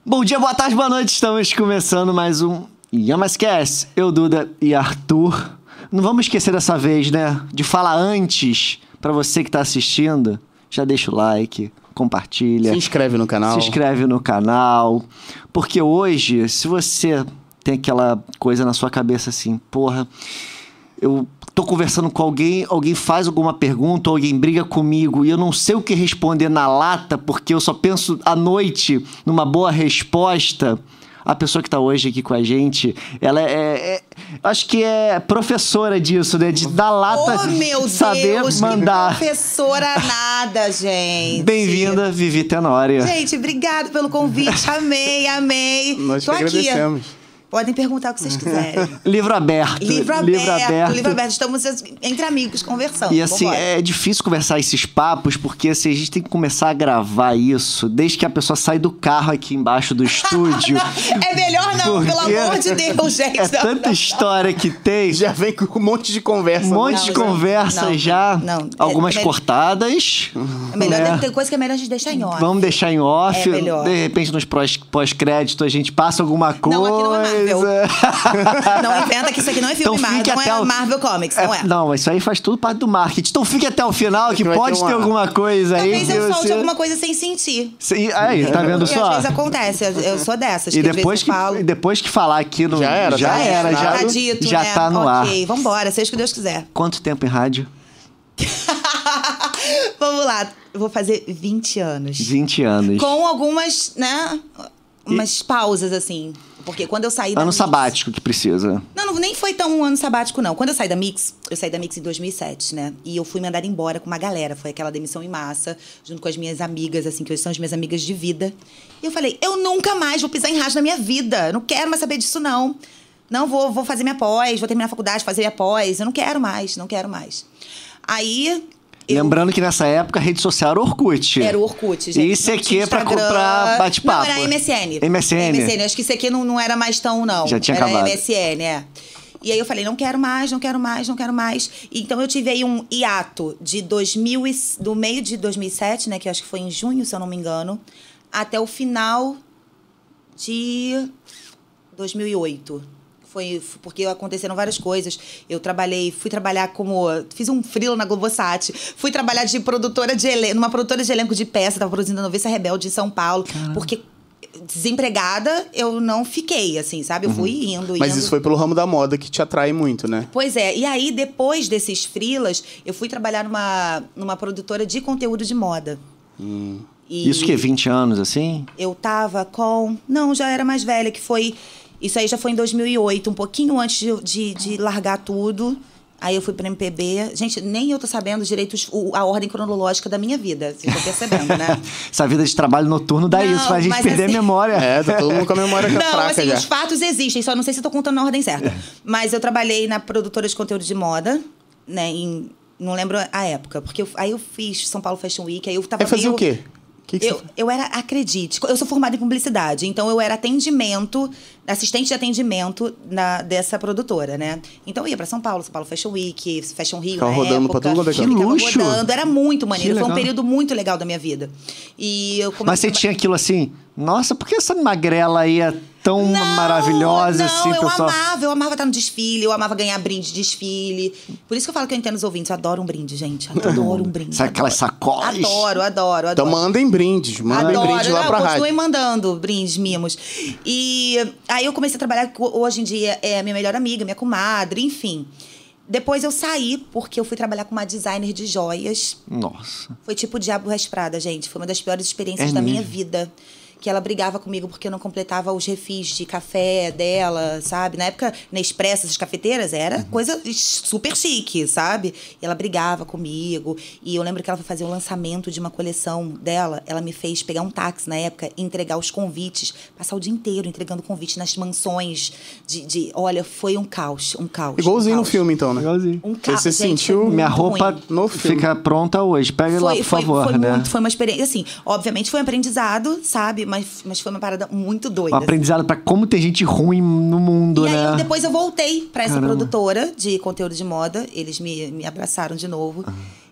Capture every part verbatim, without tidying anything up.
Bom dia, boa tarde, boa noite. Estamos começando mais um Yamascast. Eu, Duda e Arthur. Não vamos esquecer dessa vez, né? De falar antes, pra você que tá assistindo, já deixa o like, compartilha. Se inscreve no canal. Se inscreve no canal. Porque hoje, se você tem aquela coisa na sua cabeça assim, porra, eu tô conversando com alguém, alguém faz alguma pergunta, alguém briga comigo e eu não sei o que responder na lata porque eu só penso à noite numa boa resposta. A pessoa que tá hoje aqui com a gente, ela é, é, é acho que é professora disso, né? De dar lata, oh, meu saber Deus, mandar. Que professora nada, gente. Bem-vinda, Vivi Tenória. Gente, obrigado pelo convite. Amei, amei. Nós Tô que aqui. agradecemos. Podem perguntar o que vocês quiserem. Livro aberto. Livro aberto. Livro aberto. Livro aberto. Estamos entre amigos conversando. E assim, Vambora. é difícil conversar esses papos, porque assim, a gente tem que começar a gravar isso desde que a pessoa sai do carro aqui embaixo do estúdio. É melhor não, pelo amor de Deus, gente. É tanta história que tem. Já vem com um monte de conversa. Um monte Não, de não, conversa não, já. não. Algumas É, é, cortadas. É melhor, né? tem coisa que é melhor a gente deixar em off. Vamos deixar em off. É melhor. De repente, nos pós- pós-crédito, a gente passa alguma coisa. Não, aqui não é Marvel. Não inventa que isso aqui não é filme Então Marvel, fique não até é o- Marvel Comics, não é. Não, isso aí faz tudo parte do marketing. Então fique até o final, que, Que vai pode ter ter, uma- alguma coisa aí. Talvez que eu solte você... alguma coisa sem sentir. Sim, aí, tá vendo Porque só? às vezes acontece, eu, eu sou dessas. E que às depois vezes que, eu falo. e depois que falar aqui no... Já era, já tá era, já, tá dito, já né? tá no ar. Ok, vambora, seja o que Deus quiser. Quanto tempo em rádio? Vamos lá, eu vou fazer vinte anos. vinte anos. Com algumas, né, umas pausas, assim. Porque quando eu saí da Ano Mix- sabático que precisa. Não, não, nem foi tão um ano sabático, não. Quando eu saí da Mix, eu saí da Mix em dois mil e sete, né? E eu fui mandada embora com uma galera. Foi aquela demissão em massa, junto com as minhas amigas, assim, que hoje são as minhas amigas de vida. E eu falei, eu nunca mais vou pisar em rádio na minha vida. Eu não quero mais saber disso, não. Não, vou, vou fazer minha pós, vou terminar a faculdade, fazer minha pós. Eu não quero mais, não quero mais. Aí... eu- Lembrando que nessa época a rede social era Orkut. Era o Orkut, gente. E isso Não aqui tinha é pra Instagram. comprar bate-papo. Não, era M S N. M S N. M S N. Acho que isso aqui não, não era mais tão, não. Já tinha era acabado. M S N, é. E aí eu falei, não quero mais, não quero mais, não quero mais. Então eu tive aí um hiato de dois mil e, do meio de dois mil e sete, né? Que eu acho que foi em junho, se eu não me engano, até o final de dois mil e oito. Foi porque aconteceram várias coisas. Eu trabalhei, fui trabalhar como... Fiz um freela na Globosat. Fui trabalhar de produtora de elenco, numa produtora de elenco de peça. Tava produzindo a Noviça Rebelde em São Paulo. Caramba. Porque desempregada, eu não fiquei, assim, sabe? Eu fui indo, indo. Mas isso foi pelo ramo da moda que te atrai muito, né? Pois é. E aí, depois desses freelas, eu fui trabalhar numa, numa produtora de conteúdo de moda. Hum. E Isso que é vinte anos, assim? eu tava com... Não, já era mais velha, que foi... Isso aí já foi em dois mil e oito, um pouquinho antes de, de, de largar tudo. Aí eu fui pra M P B. Gente, nem eu tô sabendo direito os- o- a ordem cronológica da minha vida. Vocês estão percebendo, né? Essa vida de trabalho noturno dá Não, isso, faz a gente mas perder assim- a memória. É, tá todo mundo com a memória Não, fraca assim, já. os fatos existem, só não sei se eu tô contando na ordem certa. Mas eu trabalhei na produtora de conteúdo de moda, né? Em, não lembro a época, porque eu- aí eu fiz São Paulo Fashion Week, aí eu tava Aí fazia meio... o quê? Que que Eu, você... eu era, acredite, eu sou formada em publicidade, então eu era atendimento, assistente de atendimento na, dessa produtora, né? Então eu ia pra São Paulo, São Paulo Fashion Week, Fashion Rio Ficava na rodando época. pra tudo quanto é canto. Ficava Que luxo! rodando, era muito maneiro, Que foi um legal. período muito legal da minha vida. E eu comecei Mas você a- tinha aquilo assim, nossa, por que essa magrela aí é tão maravilhosa não, assim, eu pessoal? amava, eu amava estar no desfile, eu amava ganhar brinde de desfile. Por isso que eu falo que eu entendo os ouvintes, eu adoro um brinde, gente. Adoro um brinde. Sabe aquelas adoro. sacolas? Adoro, adoro, adoro. Então mandem brindes, mandem Adoro, brindes lá não, pra continuem rádio. mandando brindes, mimos. E aí eu comecei a trabalhar, com- hoje em dia é a minha melhor amiga, minha comadre, enfim. Depois eu saí, porque eu fui trabalhar com uma designer de joias. Nossa. Foi tipo o Diabo Veste Prada, gente. Foi uma das piores experiências É da minha mesmo? vida. Que ela brigava comigo porque eu não completava os refis de café dela, sabe? Na época, Nespresso, essas cafeteiras, era coisa super chique, sabe? E ela brigava comigo. E eu lembro que ela foi fazer o lançamento de uma coleção dela. Ela me fez pegar um táxi na época e entregar os convites. Passar o dia inteiro entregando convite nas mansões. De, de, olha, foi um caos, um caos. Igualzinho um no caos. filme, então, né? Igualzinho. Um Você caos, se gente, sentiu- foi Minha muito roupa ruim. no filme. fica pronta hoje. Pega lá, por favor, foi né? Muito, foi uma experiência, assim, obviamente foi um aprendizado, sabe? Mas, mas foi uma parada muito doida. Um aprendizado pra como tem gente ruim no mundo, E né? aí, eu- depois eu voltei pra essa Caramba. produtora de conteúdo de moda. Eles me, me abraçaram de novo.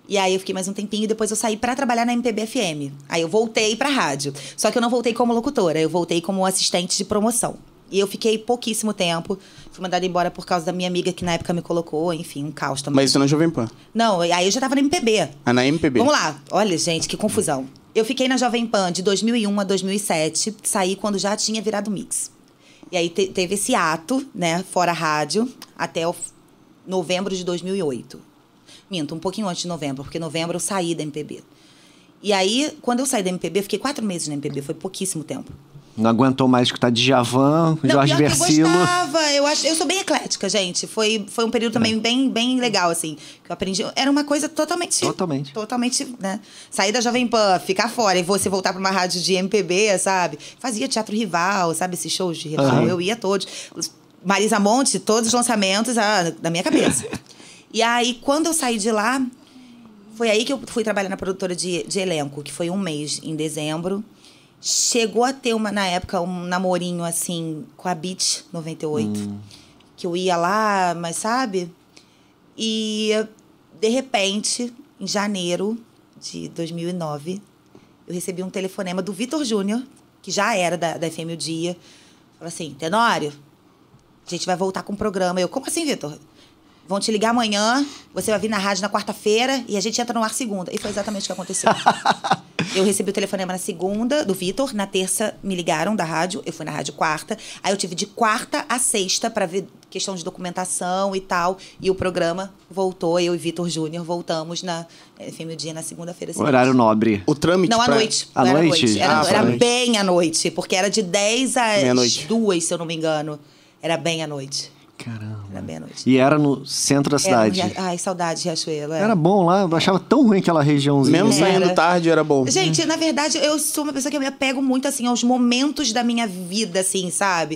E aí eu fiquei mais um tempinho e depois eu saí pra trabalhar na M P B F M. Aí eu voltei pra rádio. Só que eu não voltei como locutora, eu voltei como assistente de promoção. E eu fiquei pouquíssimo tempo. Fui mandada embora por causa da minha amiga que na época me colocou. Enfim, um caos também. Mas isso na Jovem Pan? Não, aí eu já tava na M P B. Ah, na M P B. Vamos lá. Olha, gente, que confusão. Eu fiquei na Jovem Pan de dois mil e um a dois mil e sete. Saí quando já tinha virado mix. E aí te- teve esse ato, né, fora rádio, até o f- novembro de dois mil e oito. Minto, um pouquinho antes de novembro, porque em novembro eu saí da M P B. E aí, quando eu saí da M P B, eu fiquei quatro meses na M P B, foi pouquíssimo tempo. Não aguentou mais escutar Djavan, Não, Jorge pior que Versilo. eu gostava, eu, acho, eu sou bem eclética, gente. Foi, foi um período também bem, bem legal, assim. Que eu aprendi. Era uma coisa totalmente. Totalmente. Totalmente, né? Sair da Jovem Pan, ficar fora e você voltar pra uma rádio de M P B, sabe? Fazia teatro rival, sabe? Esses shows de rival. Uhum. Eu ia todos. Marisa Monte, todos os lançamentos ah, da minha cabeça. E aí, quando eu saí de lá, foi aí que eu fui trabalhar na produtora de, de elenco, que foi um mês, em dezembro. Chegou a ter, uma, na época, um namorinho, assim, com a Beat noventa e oito. Hum. Que eu ia lá, mas sabe? E, de repente, em janeiro de dois mil e nove, eu recebi um telefonema do Vitor Júnior, que já era da, da F M O Dia. Falou assim, Tenório, a gente vai voltar com o programa. Eu, como assim, Vitor? Vão te ligar amanhã, você vai vir na rádio na quarta-feira e a gente entra no ar segunda. E foi exatamente o que aconteceu. Eu recebi o telefonema na segunda, do Vitor. Na terça, me ligaram da rádio. Eu fui na rádio quarta. Aí eu tive de quarta a sexta pra ver questão de documentação e tal. E o programa voltou. Eu e Vitor Júnior voltamos na F M O Dia na segunda-feira. Horário nobre. O trâmite Não, à pra... noite. À Era noite? Era, Ah, era à noite. bem à noite. Porque era de dez às Meia-noite. duas, se eu não me engano. Era bem à noite. Caramba. Era bem à noite. E era no centro da Era no cidade. Ria- Ai, saudade de Riachuelo. é. Era bom lá, eu achava tão ruim aquela regiãozinha. Mesmo Era. saindo tarde, era bom. Gente, na verdade, eu sou uma pessoa que eu me apego muito, assim, aos momentos da minha vida, assim, sabe?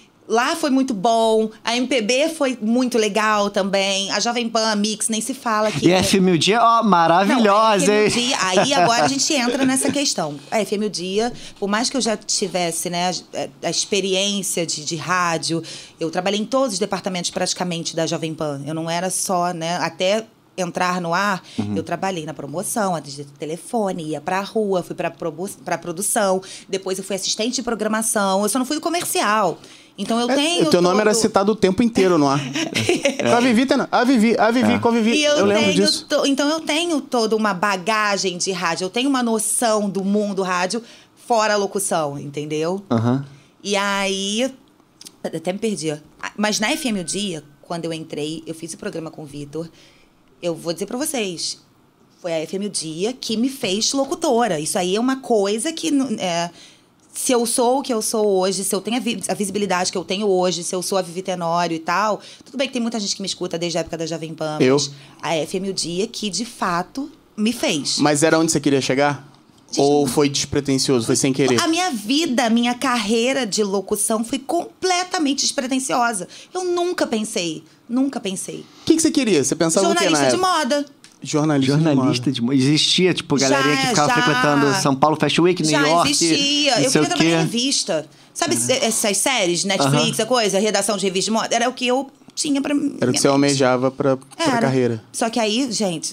Lá foi muito bom, a M P B foi muito legal também, a Jovem Pan, a Mix, nem se fala aqui. E a F M O Dia, ó, Não, maravilhosa, a hein? F M O Dia, aí agora a gente entra nessa questão. A F M O Dia, por mais que eu já tivesse, né, a, a experiência de, de rádio, eu trabalhei em todos os departamentos praticamente da Jovem Pan. Eu não era só, né, até entrar no ar, uhum. eu trabalhei na promoção, atendi telefone, ia pra rua, fui pra, probu- pra produção, depois eu fui assistente de programação, eu só não fui do comercial. Então eu É, tenho. o teu todo... nome era citado o tempo inteiro no ar. É. Com a Vivi, Tena. A Vivi, a Vivi, É. com a Vivi. E eu, eu lembro tenho disso. to- Então eu tenho toda uma bagagem de rádio, eu tenho uma noção do mundo rádio fora a locução, entendeu? Aham. E aí. Até me perdi. Mas na F M O Dia, quando eu entrei, eu fiz o programa com o Vitor. Eu vou dizer pra vocês. Foi a F M O Dia que me fez locutora. Isso aí é uma coisa que. É, se eu sou o que eu sou hoje, se eu tenho a, vi- a visibilidade que eu tenho hoje, se eu sou a Vivi Tenório e tal. Tudo bem que tem muita gente que me escuta desde a época da Jovem Pan. Eu. Mas a F M O Dia que, de fato, me fez. Mas era onde você queria chegar? Gente, Ou foi despretensioso, foi sem querer? A minha vida, a minha carreira de locução foi completamente despretensiosa. Eu nunca pensei, nunca pensei. O que, que você queria? Você pensava o que na Jornalista de época? moda. Jornalista, Jornalista de moda. de... Existia, tipo, galerinha Já, que ficava já. frequentando São Paulo Fashion Week, New Já York. existia. não Eu sei queria o trabalhar em quê. revista. Sabe essas séries, Netflix, a coisa, redação de revista de moda? Era o que eu tinha pra mim. Era o que você almejava pra, pra Era. carreira. Só que aí, gente,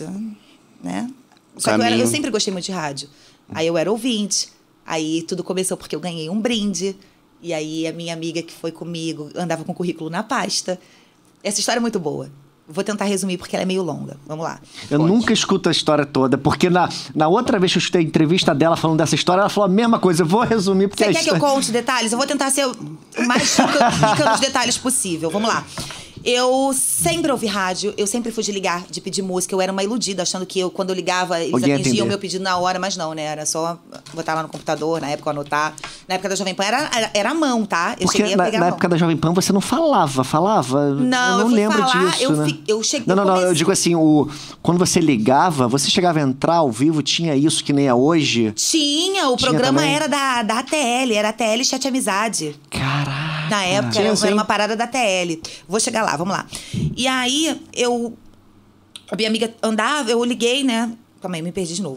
né? Só que eu, era- Caminho. eu sempre gostei muito de rádio. Aí eu era ouvinte. Aí tudo começou porque eu ganhei um brinde. E aí a minha amiga que foi comigo andava com o currículo na pasta. Essa história é muito boa. Vou tentar resumir porque ela é meio longa. Vamos lá. Eu Pode. nunca escuto a história toda, porque na, na outra vez que eu escutei a entrevista dela falando dessa história, ela falou a mesma coisa. Eu vou resumir porque Você a quer que eu história... conte detalhes? Eu vou tentar ser o mais rica, rica nos detalhes possível. Vamos lá. Eu sempre ouvi rádio, eu sempre fui de ligar, de pedir música. Eu era uma iludida, achando que eu, quando eu ligava, eles Alguém ia atendiam o atender. meu pedido na hora, mas não, né? Era só botar lá no computador, na época, anotar. Na época da Jovem Pan era, era, era a mão, tá? Eu Porque cheguei a na, pegar na a mão. época da Jovem Pan você não falava, falava? Não, eu eu não fui lembro falar, disso, eu né? fi- eu cheguei- Não, não, eu não, eu comecei- digo assim, o, quando você ligava, você chegava a entrar ao vivo, tinha isso que nem é hoje? Tinha, o Tinha programa também? era da, da A T L, era A T L Chat Amizade. Caraca! Na época, Tinha, era, sim. era uma parada da T L. Vou chegar lá, vamos lá. E aí, eu... A minha amiga andava, eu liguei, né? Calma aí, me perdi de novo.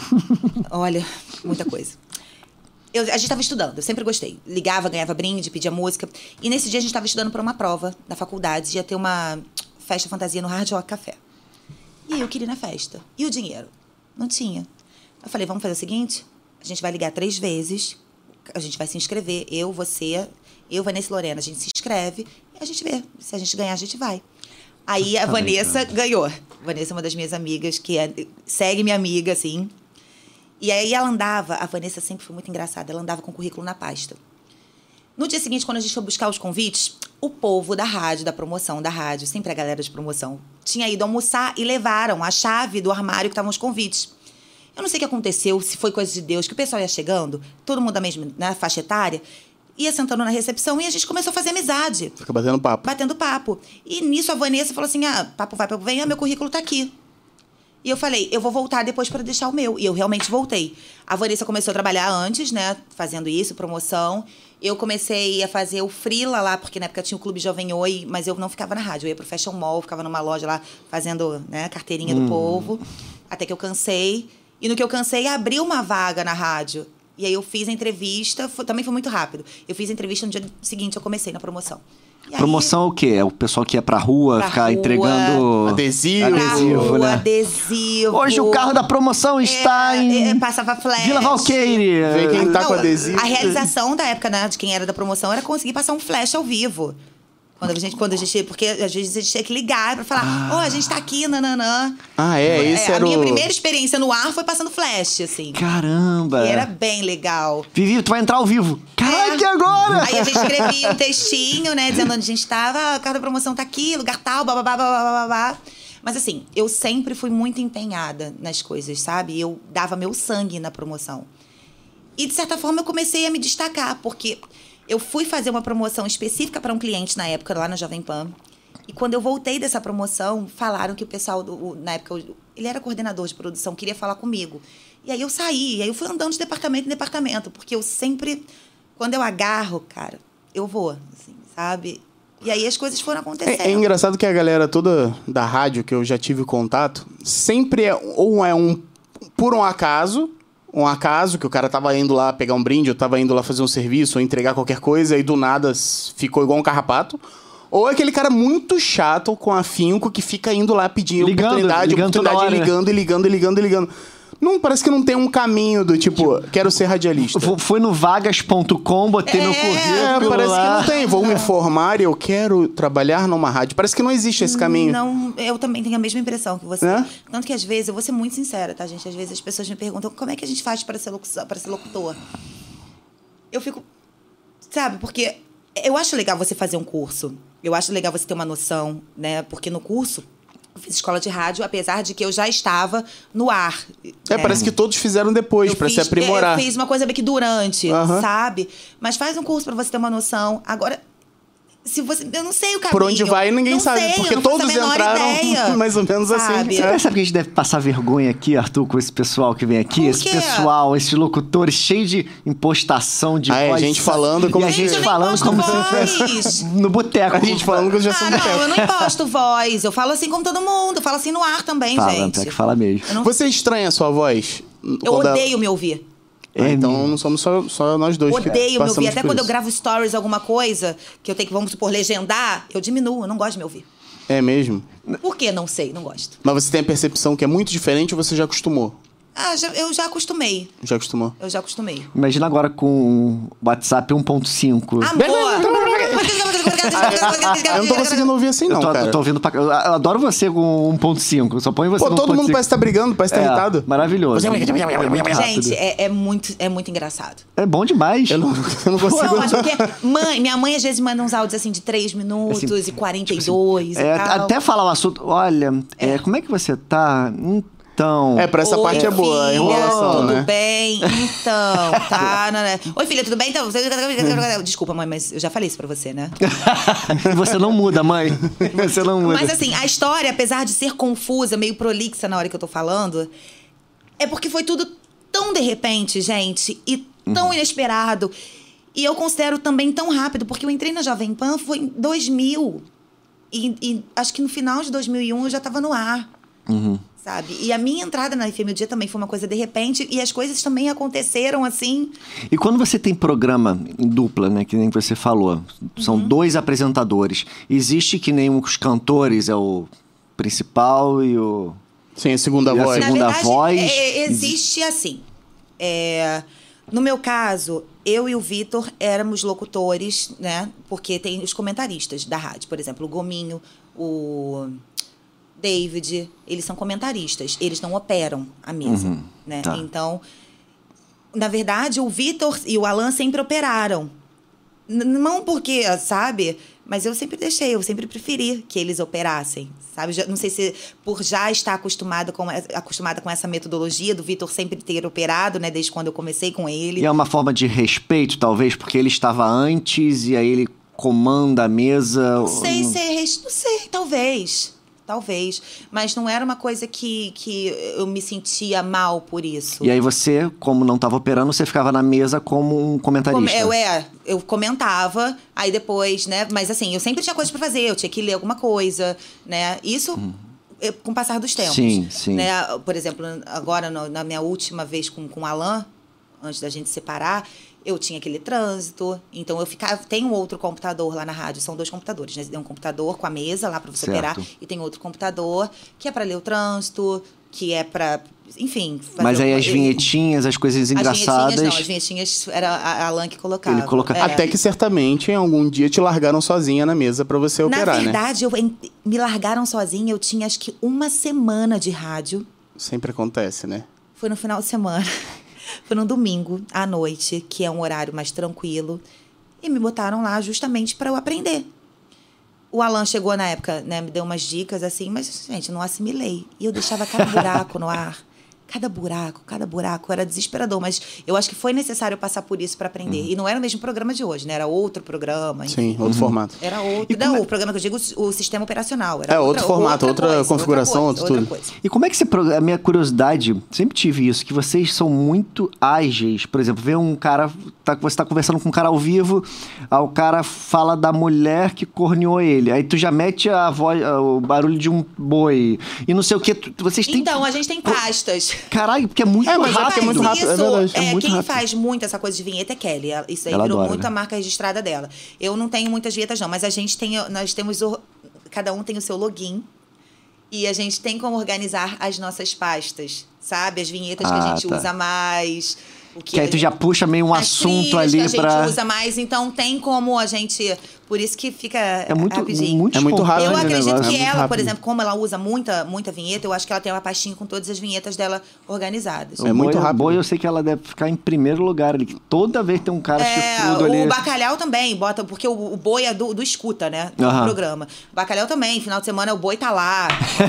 Olha, muita coisa. Eu, a gente estava estudando, eu sempre gostei. Ligava, ganhava brinde, pedia música. E nesse dia a gente estava estudando para uma prova da faculdade. Ia ter uma festa fantasia no Hard Rock Café. E eu queria ir na festa. E o dinheiro? Não tinha. Eu falei, vamos fazer o seguinte? A gente vai ligar três vezes, a gente vai se inscrever, eu, você, eu, Vanessa e Lorena, a gente se inscreve e a gente vê. Se a gente ganhar, a gente vai. Aí a Vanessa ganhou. Vanessa é uma das minhas amigas, que é, segue minha amiga, assim. E aí ela andava, a Vanessa sempre foi muito engraçada, ela andava com o currículo na pasta. No dia seguinte, quando a gente foi buscar os convites, o povo da rádio, da promoção da rádio, sempre a galera de promoção, tinha ido almoçar e levaram a chave do armário que estavam os convites. Eu não sei o que aconteceu, se foi coisa de Deus, que o pessoal ia chegando, todo mundo da mesma né, faixa etária, ia sentando na recepção e a gente começou a fazer amizade. Fica batendo papo. Batendo papo. E nisso a Vanessa falou assim, ah, papo vai, papo vem, ah, meu currículo tá aqui. E eu falei, eu vou voltar depois para deixar o meu. E eu realmente voltei. A Vanessa começou a trabalhar antes, né? Fazendo isso, promoção. Eu comecei a fazer o freela lá, porque na época tinha o Clube Jovem Oi, mas eu não ficava na rádio. Eu ia pro Fashion Mall, ficava numa loja lá, fazendo né, carteirinha hum. do povo. Até que eu cansei. E no que eu cansei, abriu uma vaga na rádio. E aí eu fiz a entrevista, foi, também foi muito rápido. Eu fiz a entrevista no dia seguinte, eu comecei na promoção. E promoção aí, o quê? É o pessoal que ia pra rua, pra ficar rua, entregando... Adesivo. Adesivo, rua, né? adesivo. Hoje o carro da promoção está é, em... É, passava flash. Vila Valqueire. Vem quem tá Não, com adesivo. A realização da época, né, de quem era da promoção, era conseguir passar um flash ao vivo. Quando a gente, quando a gente, porque às vezes a gente tinha que ligar pra falar, ó, ah. oh, a gente tá aqui, nananã. Ah, é? Esse é, era a minha o... primeira experiência no ar foi passando flash, assim. Caramba! E era bem legal. Vivi, tu vai entrar ao vivo. Caraca, é. agora? Aí a gente escrevia um textinho, né, dizendo onde a gente tava, ah, o carro da promoção tá aqui, lugar tal, bababá, bababá, babá. Mas assim, eu sempre fui muito empenhada nas coisas, sabe? Eu dava meu sangue na promoção. E de certa forma eu comecei a me destacar, porque... Eu fui fazer uma promoção específica para um cliente na época, lá na Jovem Pan. E quando eu voltei dessa promoção, falaram que o pessoal, do, na época, ele era coordenador de produção, queria falar comigo. E aí eu saí, e aí eu fui andando de departamento em departamento, porque eu sempre, quando eu agarro, cara, eu vou, assim, sabe? E aí as coisas foram acontecendo. É, é engraçado que a galera toda da rádio, que eu já tive contato, sempre é, ou é um por um acaso... Um acaso, que o cara tava indo lá pegar um brinde, ou tava indo lá fazer um serviço, ou entregar qualquer coisa, e do nada ficou igual um carrapato. Ou é aquele cara muito chato, com afinco, que fica indo lá pedir ligando, oportunidade, ligando oportunidade, ligando, e ligando, e ligando, e ligando. Não, parece que não tem um caminho do tipo, tipo quero ser radialista. Fui no vagas ponto com, botei é, meu currículo É, parece lá. que não tem. Vou me formar e eu quero trabalhar numa rádio. Parece que não existe esse caminho. Não, eu também tenho a mesma impressão que você. É? Tanto que às vezes, eu vou ser muito sincera, tá, gente? Às vezes as pessoas me perguntam como é que a gente faz para ser, locução, para ser locutor. Eu fico... Sabe, porque eu acho legal você fazer um curso. Eu acho legal você ter uma noção, né? Porque no curso... Eu fiz escola de rádio, apesar de que eu já estava no ar. É, é. Parece que todos fizeram depois, para se aprimorar. Eu fiz uma coisa meio que durante, uhum. sabe? Mas faz um curso para você ter uma noção. Agora, se você... Eu não sei o caminho. Por onde vai, ninguém não sabe. Sei, porque eu não todos entraram ideia, mais ou menos sabe? assim. Você percebe que a gente deve passar vergonha aqui, Arthur, com esse pessoal que vem aqui? Esse pessoal, esses locutores cheios de impostação, de ah, voz. É, a gente falando como e a gente eu falando como voz. se no boteco. A gente falando como se fosse ah, no boteco. Não, eu não imposto voz. Eu falo assim como todo mundo. Eu falo assim no ar também, fala, gente. É que fala mesmo. Não... Você estranha a sua voz? Eu odeio a... me ouvir. É, então não somos só, só nós dois. Odeio me ouvir. Até quando isso. eu gravo stories, alguma coisa, que eu tenho que, vamos supor, legendar, eu diminuo, eu não gosto de me ouvir. É mesmo? Por quê? Não sei, não gosto. Mas você tem a percepção que é muito diferente ou você já acostumou? Ah, já, eu já acostumei. Já acostumou? Eu já acostumei. Imagina agora com o WhatsApp um ponto cinco. Amor! Eu não tô conseguindo ouvir assim, não, eu tô, cara. Eu tô ouvindo pra... Eu adoro você com um ponto cinco. Só põe você Pô, no todo mundo parece estar tá brigando, parece estar tá é, irritado. Maravilhoso. É muito Gente, é, é, muito, é muito engraçado. É bom demais. Eu não, eu não consigo... Não, mas porque mãe, minha mãe às vezes manda uns áudios assim de três minutos assim, e quarenta e dois tipo assim, e é, tal. Até falar o assunto. Olha, é. É, como é que você tá? Então... É, pra essa Oi, parte é boa, a enrolação, tudo né? Tudo bem? Então, tá... Né? Oi, filha, tudo bem? Então... Desculpa, mãe, mas eu já falei isso pra você, né? Você não muda, mãe. Você não muda. Mas assim, a história, apesar de ser confusa, meio prolixa na hora que eu tô falando, é porque foi tudo tão de repente, gente, e tão uhum. inesperado. E eu considero também tão rápido, porque eu entrei na Jovem Pan foi em dois mil. E, e acho que no final de dois mil e um eu já tava no ar. Uhum. Sabe? E a minha entrada na F M O Dia também foi uma coisa de repente, e as coisas também aconteceram assim. E quando você tem programa em dupla, né, que nem você falou, são uhum. dois apresentadores, existe que nem os cantores, é o principal e o... Sim, a segunda E a voz. Na segunda verdade, voz, é- existe assim. é, no meu caso, eu e o Vitor éramos locutores, né? Porque tem os comentaristas da rádio. Por exemplo, o Gominho, o David, eles são comentaristas. Eles não operam a mesa, Uhum, né? tá. Então, na verdade, o Vitor e o Alan sempre operaram. N- Não porque, sabe? Mas eu sempre deixei, eu sempre preferi que eles operassem, sabe? Já- não sei se por já estar acostumada com, acostumada com essa metodologia do Vitor sempre ter operado, né? Desde quando eu comecei com ele. E é uma forma de respeito, talvez, porque ele estava antes e aí ele comanda a mesa. Não sei se é res- não sei, talvez. Talvez. Mas não era uma coisa que, que eu me sentia mal por isso. E aí você, como não estava operando, você ficava na mesa como um comentarista. Come- eu, é, eu comentava, aí depois, né? Mas assim, eu sempre tinha coisa pra fazer, eu tinha que ler alguma coisa, né? Isso eh, com o passar dos tempos. Sim, sim. Né? Por exemplo, agora, no- na minha última vez com, com o Alan, antes da gente separar, eu tinha aquele trânsito, então eu ficava. Tem um outro computador lá na rádio, são dois computadores, né? Tem um computador com a mesa lá para você Certo. operar, e tem outro computador que é para ler o trânsito, que é para, enfim. fazer Mas aí uma- as vinhetinhas, as coisas As engraçadas. vinhetinhas não, as vinhetinhas era a Alan que colocava. Ele coloca- É. Até que certamente em algum dia te largaram sozinha na mesa pra você operar, Na né? verdade, eu en- me largaram sozinha, eu tinha acho que uma semana de rádio. Sempre acontece, né? Foi no final de semana. Foi no domingo, à noite, que é um horário mais tranquilo. E me botaram lá justamente para eu aprender. O Alan chegou na época, né? Me deu umas dicas assim, mas, gente, não assimilei. E eu deixava cada buraco no ar. Cada buraco, cada buraco. Era desesperador, mas eu acho que foi necessário eu passar por isso para aprender. E não era o mesmo programa de hoje, né? Era outro programa. enfim. Sim, outro formato. Era outro. E como Não, é- o programa que eu digo, o o sistema operacional. Era É, outro formato, outra coisa, configuração, outra outro coisa, tudo. outra coisa. E como é que você. pro- A minha curiosidade, sempre tive isso, que vocês são muito ágeis. Por exemplo, vê um cara. Tá, você tá conversando com um cara ao vivo, aí o cara fala da mulher que corneou ele. Aí tu já mete a voz, o barulho de um boi. E não sei o que. Vocês têm. Então, a gente tem pastas. Caralho, porque é muito É, mas é rápido. porque é muito rápido, é Isso, verdade, é é, muito quem rápido. faz muito essa coisa de vinheta é Kelly. Ela- Isso aí Ela virou adora, muito né? a marca registrada dela. Eu não tenho muitas vinhetas, não, mas a gente tem. Nós temos. o- Cada um tem o seu login. E a gente tem como organizar as nossas pastas, sabe? As vinhetas que Ah, a gente tá. usa mais. O Que aí a tu já puxa meio um as assunto trilhas ali que a gente pra. usa mais, então tem como a gente. Por isso que fica É muito, rapidinho. muito É muito espontâneo rápido, Eu o acredito negócio. que É muito ela, por rápido. exemplo, como ela usa muita, muita vinheta, eu acho que ela tem uma pastinha com todas as vinhetas dela organizadas. É muito Boi- rápido. Boi, eu sei que ela deve ficar em primeiro lugar ali. Que toda vez tem um cara É, chifrudo ali. o bacalhau também, bota, porque o, o boi é do, do escuta, né? Do Aham. programa. O bacalhau também, final de semana o boi tá lá.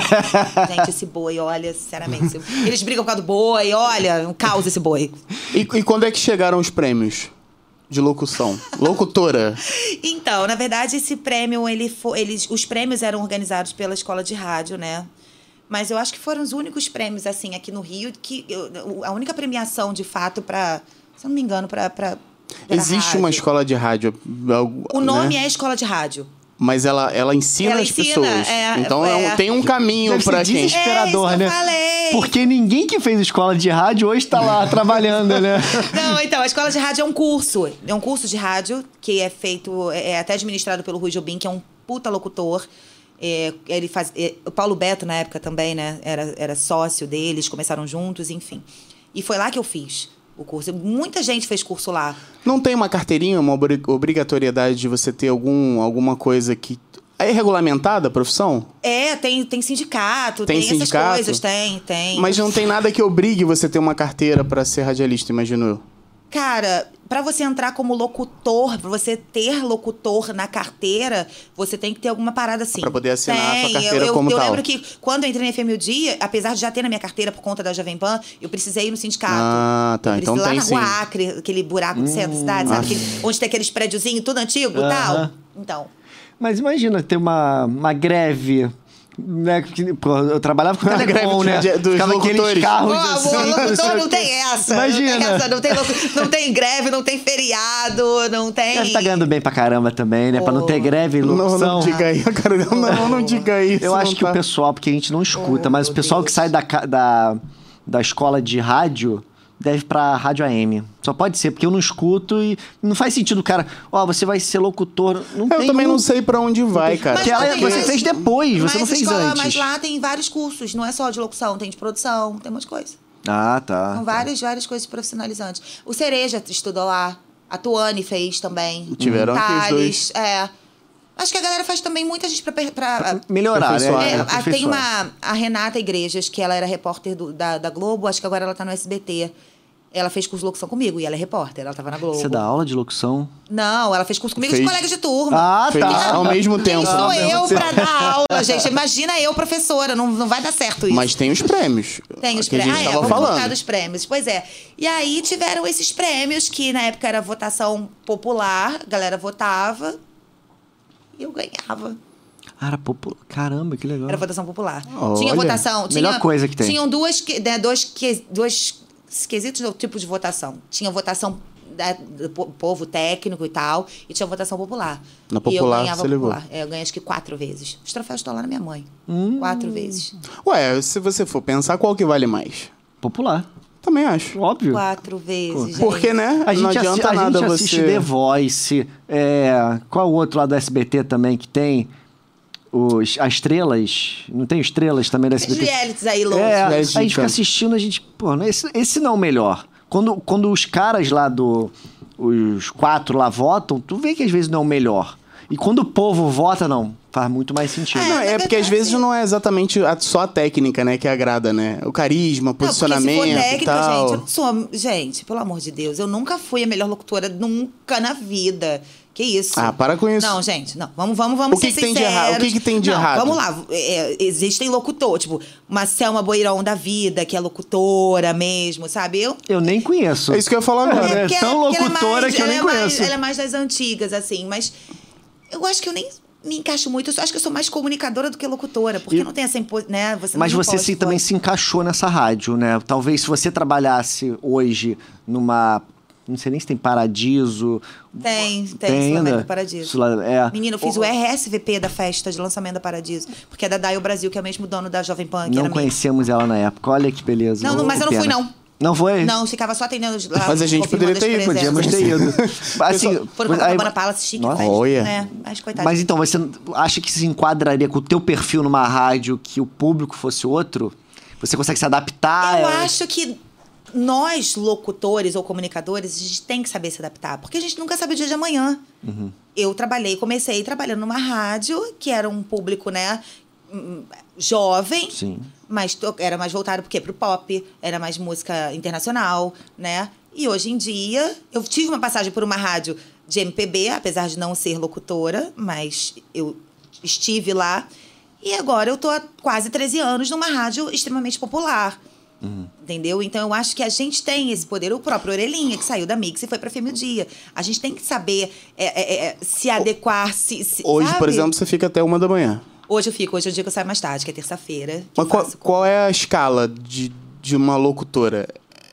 Gente, esse boi, olha, sinceramente. esse- Eles brigam por causa do boi, olha, um caos esse boi. E, e quando é que chegaram os prêmios de locução? Locutora. Então, na verdade, esse prêmio, ele foi, eles, os prêmios eram organizados pela escola de rádio, né? Mas eu acho que foram os únicos prêmios, assim, aqui no Rio, que eu- a única premiação, de fato, para, se eu não me engano, para. Existe uma escola de rádio. O nome né? é escola de rádio. Mas ela, ela ensina Ela as ensina, pessoas. é, então é um- é. tem um caminho Deve ser pra quem. desesperador, É, isso que eu né? falei. Porque ninguém que fez escola de rádio hoje tá lá trabalhando, né? Não, então, a escola de rádio é um curso. É um curso de rádio que é feito, é até administrado pelo Rui Jobim, que é um puta locutor. É, ele faz, é, o Paulo Beto, na época, também, né? Era, era sócio deles, começaram juntos, enfim. E foi lá que eu fiz o curso. Muita gente fez curso lá. Não tem uma carteirinha, uma obri- obrigatoriedade de você ter algum, alguma coisa que. É regulamentada a profissão? É, tem, tem sindicato, Tem tem, sindicato? essas coisas, tem, tem. Mas não tem nada que obrigue você a ter uma carteira pra ser radialista, imagino eu. Cara, pra você entrar como locutor, pra você ter locutor na carteira, você tem que ter alguma parada assim. Pra poder assinar a sua Tem. carteira eu, eu, como eu tal. lembro que quando eu entrei na F M o Dia, apesar de já ter na minha carteira por conta da Jovem Pan, eu precisei ir no sindicato. Ah, tá. Eu precisei Então lá tem na Rua sim. Acre, aquele buraco do centro da cidade, sabe? Aquele- onde tem aqueles prédiozinhos tudo antigo e tal. Aham. Então. Mas imagina ter uma, uma greve. Né? que, pô, eu trabalhava com A Telecom, greve né? de- dos Ficava locutores. aqueles carros Ó, assim, o não sei locutor o não quê. tem essa. Imagina. Não tem, essa, não, tem, locu- não tem greve, não tem feriado, não tem. Deve tá ganhando bem pra caramba também, né? Pra não ter greve e Não, locução. não diga aí, cara. Não, não, não diga isso. Eu acho não que tá. o pessoal, porque a gente não escuta, Oh, mas o meu pessoal Deus. que sai da, ca- da, da escola de rádio deve pra rádio A M. Só pode ser, porque eu não escuto e não faz sentido o cara... Ó, oh, você vai ser locutor... Não eu tem também um... não sei pra onde vai, cara. Porque ela, você fez depois, você não fez escola, antes. Mas lá tem vários cursos, não é só de locução, tem de produção, tem umas coisas. Ah, tá. São várias, várias coisas profissionalizantes. O Cereja estudou lá, a Tuane fez também. Tiveram aqui os Thales, dois. é... Acho que a galera faz também muita gente pra... pra, pra melhorar, né? é, É, a, tem uma... A Renata Igrejas, que ela era repórter do, da, da Globo, acho que agora ela tá no S B T. Ela fez curso de locução comigo e ela é repórter, ela tava na Globo. Você dá aula de locução? Não, ela fez curso comigo Fez. de colega de turma. Ah, Fez tá. ao mesmo tempo. Quem sou Ao eu mesmo pra tempo. dar aula, gente? Imagina eu, professora, não, não vai dar certo isso. Mas tem os prêmios. Tem os que a prêmios. gente Ah, é, tava vamos falando. contar dos prêmios. Pois é. E aí tiveram esses prêmios que na época era votação popular, a galera votava e eu ganhava. Ah, era popular. Caramba, que legal. Era votação popular. Olha, tinha votação. Tinha, melhor coisa que tem. Tinham duas, que- né, dois, que- dois quesitos do tipo de votação. Tinha votação da- do po- povo técnico e tal, e tinha votação popular. Na e eu popular, ganhava você levou. popular. É, eu ganhei acho que quatro vezes. Os troféus estão lá na minha mãe. Hum. Quatro vezes. Ué, se você for pensar, qual que vale mais? Popular. Também acho. Óbvio. Quatro vezes, gente. Porque, né? A gente, não assi- adianta a nada gente assiste você... The Voice. É, qual o outro lá do S B T também que tem? Os, as estrelas. Não tem estrelas também do S B T? Os realities aí, loucos. É, a Reality gente fica camp. assistindo, a gente... Pô, não, esse, esse não é o melhor. Quando, quando os caras lá do... Os quatro lá votam, tu vê que às vezes não é o melhor. E quando o povo vota, não. Faz muito mais sentido. Não, na é porque às verdade, vezes não é exatamente a- só a técnica, né, que agrada, né? O carisma, Não, porque posicionamento se for e técnico, tal. gente, eu não sou... Gente, pelo amor de Deus, eu nunca fui a melhor locutora, nunca na vida. Que isso? Ah, para com isso. Não, gente, não. Vamos, vamos, vamos O que ser que tem de sinceros. errado? O que que tem de não, errado? Vamos lá. É, existem locutor, tipo, uma Selma Boirão da vida, que é locutora mesmo, sabe? Eu... Eu nem conheço. É isso que eu ia falar agora. É, porque tão porque ela é locutora mais- que eu ela nem é mais- conheço. ela é mais das antigas, assim, mas eu acho que eu nem me encaixo muito. Eu só- acho que eu sou mais comunicadora do que locutora, porque E- não tem essa impo... né? Você Mas não você pode, sim, pode. também se encaixou nessa rádio, né? Talvez se você trabalhasse hoje numa... Não sei nem se tem Paradiso. Tem, tem, Tem Sul ainda? América Paradiso. Sula- é. Menina, eu fiz o R S V P da festa de lançamento da Paradiso. Porque é da Dial Brasil, que é o mesmo dono da Jovem Pan. Que Não era minha. conhecemos ela na época. Olha que beleza. Não, não, mas eu não Que fui, pena. não. Não foi? Não, ficava só atendendo os- lá. Mas a gente confirmando poderia ter as ido, presenças. Podíamos ter ido. Assim, Foram com a aí- Copacabana Palace chique, Nossa. festa, Olha. né? Mas coitado. Mas então, você acha que se enquadraria com o teu perfil numa rádio que o público fosse outro? Você consegue se adaptar? Eu É- acho que nós, locutores ou comunicadores, a gente tem que saber se adaptar, porque a gente nunca sabe o dia de amanhã. Uhum. Eu trabalhei, comecei trabalhando numa rádio, que era um público, né, hum, jovem, Sim. mas to- era mais voltado pro quê? Pro pop, era mais música internacional, né? E hoje em dia, eu tive uma passagem por uma rádio de M P B, apesar de não ser locutora, mas eu estive lá. E agora eu tô há quase treze anos numa rádio extremamente popular. Entendeu? Então eu acho que a gente tem esse poder. O próprio Orelhinha, que saiu da Mix e foi pra Fêmea o Dia. A gente tem que saber é, é, é, se adequar, se. se Hoje, sabe? por exemplo, você fica até uma da manhã. Hoje eu fico, hoje é o dia que eu saio mais tarde, que é terça-feira. que Mas eu qual, faço com- qual é a escala de, de uma locutora?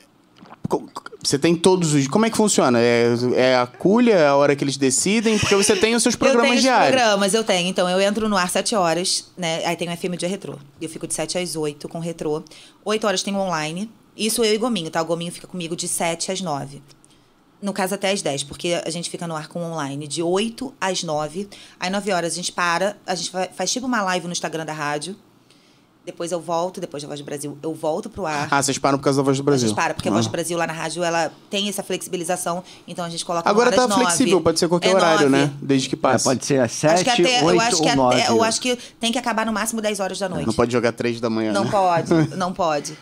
Co- Você tem todos os... Como é que funciona? É, é a culha, é a hora que eles decidem? Porque você tem os seus Eu programas tenho os diários. programas, eu tenho. Então, eu entro no ar sete horas, né? Aí tem o F M Dia Retrô. Eu fico de sete às oito com retrô. oito horas tem o online. Isso eu e Gominho, tá? O Gominho fica comigo de sete às nove. No caso, até às dez, porque a gente fica no ar com online de oito às nove. Aí, nove horas, a gente para. A gente fa- faz tipo uma live no Instagram da rádio. Depois eu volto, depois da Voz do Brasil, eu volto pro ar. Ah, vocês param por causa da Voz do A Brasil. gente para, porque a Ah. Voz do Brasil lá na rádio, ela tem essa flexibilização. Então, a gente coloca no Agora ar tá às nove. flexível, pode ser qualquer É horário, nove. né? Desde que É, passe. pode ser às Acho sete, que até, oito eu acho que ou nove. até, eu acho que tem que acabar no máximo dez horas da noite. Não pode jogar três da manhã, Não né? pode, não pode.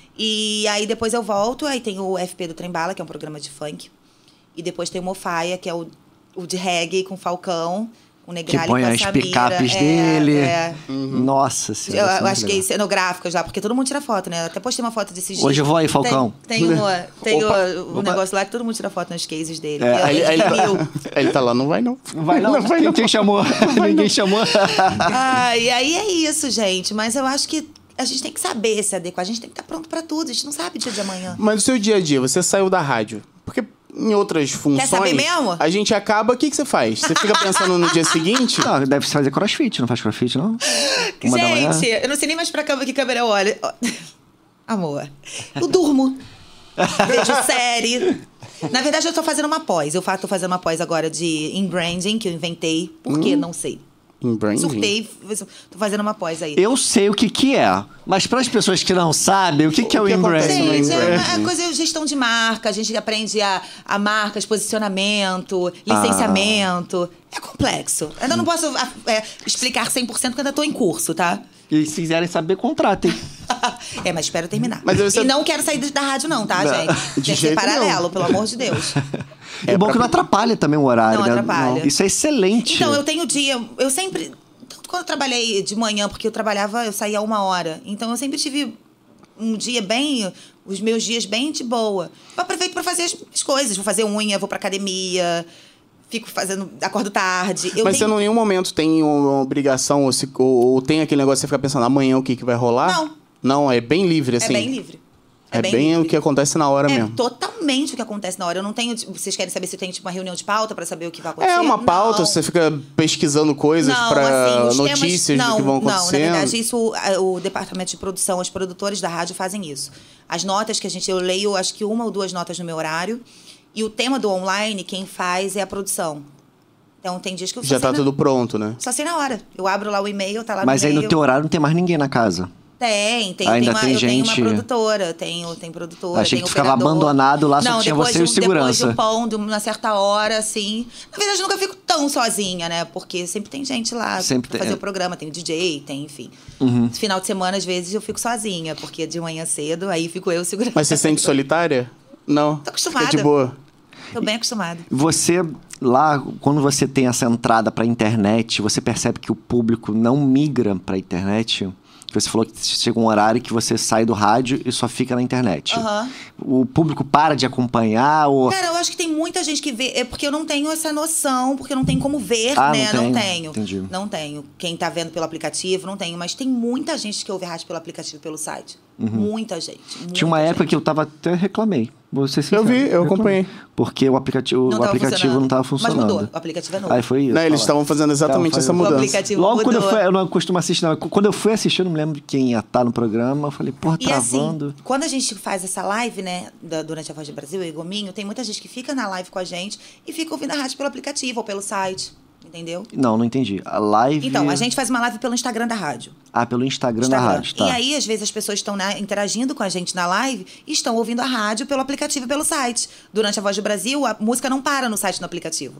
E aí depois eu volto, aí tem o F P do Trembala, que é um programa de funk. E depois tem o Mofaia, que é o, o de reggae com Falcão, com o Que Negrali, põe com a as Samira. picapes É, dele. é. Nossa Eu, senhora. isso é eu muito acho que legal. é cenográficas lá, porque todo mundo tira foto, né? Eu até postei uma foto desses dias. Hoje eu vou aí, Falcão. Tem, tem, uma, tem Opa, o, um opa. negócio lá que todo mundo tira foto nos cases dele. É, que Aí, aí, ele ele, viu. tá, ele tá lá, não vai não. Não vai não, vai não. Quem chamou? Ninguém chamou. Ah, e aí é isso, gente. Mas eu acho que a gente tem que saber se adequar. A gente tem que estar pronto pra tudo. A gente não sabe o dia de amanhã. Mas o seu dia a dia, você saiu da rádio. Porque em outras funções... saber mesmo? A gente acaba... O que, que você faz? Você fica pensando no dia seguinte? Não, deve fazer crossfit, não faz crossfit, não? Uma da manhã? Gente, eu não sei nem mais pra câmera, que câmera eu olho. Amor, eu durmo. vejo série. Na verdade, eu tô fazendo uma pós. Eu fa- tô fazendo uma pós agora de em branding, que eu inventei. Por quê? Hum. Não sei. Em branding? Surtei, tô fazendo uma pós aí. Eu sei o que que é, mas para as pessoas que não sabem, o que, que é O o que acontece no inbranding? Gente, é inbranding? uma coisa de gestão de marca. A gente aprende a, a marcas, posicionamento, licenciamento. É complexo. Ainda não posso a- é, explicar cem por cento porque ainda tô em curso, tá? E se quiserem saber, contratem. É, mas espero terminar. Mas você- E não quero sair da rádio não, tá, Não, gente? de Tem que ser jeito paralelo, nenhum. pelo amor de Deus. É, bom que não atrapalha também o horário, Não né? atrapalha. Isso é excelente. Então, eu tenho dia... Eu sempre... Tanto quando eu trabalhei de manhã, porque eu trabalhava... Eu saía uma hora. Então, eu sempre tive um dia bem... Os meus dias bem de boa. Eu aproveito pra fazer as, as coisas. Vou fazer unha, vou pra academia... Fico fazendo... Acordo tarde. Eu Mas tenho... você não, em nenhum momento tem uma obrigação ou, se- ou- ou tem aquele negócio de você ficar pensando amanhã o que, que vai rolar? Não. Não, é bem livre, assim. É bem livre. É, bem, livre. o que acontece na hora É mesmo. totalmente o que acontece na hora. Eu não tenho... tipo, vocês querem saber se eu tenho tipo, uma reunião de pauta pra saber o que vai acontecer? É uma pauta, Não. você fica pesquisando coisas Não, pra assim, os notícias temas, do que vão não, Não, na acontecendo. verdade, isso a- o departamento de produção, os produtores da rádio fazem isso. As notas que a gente... Eu leio, acho que uma ou duas notas no meu horário. E o tema do online, quem faz é a produção. Então, tem dias que eu só Já sei tá na- tudo pronto, né? Só sei na hora. Eu abro lá o e-mail, tá lá Mas no aí e-mail. no teu horário não tem mais ninguém na casa. Tem, tem, Ainda tem uma, tem eu tenho gente- uma produtora, tenho, tem produtora, Achei tem que tu ficava operador. abandonado lá, só Não, tinha depois você e o de um- Depois segurança. de um pão, de uma certa hora, assim. Na verdade, eu nunca fico tão sozinha, né? Porque sempre tem gente lá Sempre pra tem, fazer é. o programa, tem o D J, tem, enfim. Uhum. Final de semana, às vezes, eu fico sozinha, porque de manhã cedo, aí fico eu segurando. Mas você se sente solitária? Não. Tô acostumada. Fica de boa. Tô bem acostumada. Você, lá, quando você tem essa entrada pra internet, você percebe que o público não migra pra internet? Que você falou que chega um horário que você sai do rádio e só fica na internet. Aham. O público para de acompanhar ou... Cara, eu acho que tem muita gente que vê. É porque eu não tenho essa noção, porque eu não tenho como ver, Ah, né? não Não tem? tenho. Entendi. Não tenho. Quem tá vendo pelo aplicativo, não tenho. Mas tem muita gente que ouve rádio pelo aplicativo e pelo site. Muita gente. Tinha uma muita época gente. que eu tava até reclamei. Vou ser sincero, Eu vi, eu reclamei. acompanhei. Porque o aplicativo, Não o tava aplicativo funcionando. não tava funcionando. Mas mudou. O aplicativo é novo. Aí foi isso. Não, eles fala. estavam fazendo exatamente Tava essa fazendo- O mudança. aplicativo Logo quando eu mudou. fui, eu não costumo assistir, não. Quando eu fui assistir, eu não me lembro de quem ia estar no programa. Eu falei, porra, E travando. assim, quando a gente faz essa live, né, da- durante a Voz do Brasil, e Gominho, tem muita gente que fica na live com a gente e fica ouvindo a rádio pelo aplicativo ou pelo site. Entendeu? Não, não entendi. A live... Então, a gente faz uma live pelo Instagram da rádio. Ah, pelo Instagram, da Instagram. rádio, tá. E aí, às vezes, as pessoas estão né, interagindo com a gente na live e estão ouvindo a rádio pelo aplicativo e pelo site. Durante a Voz do Brasil, a música não para no site e no aplicativo.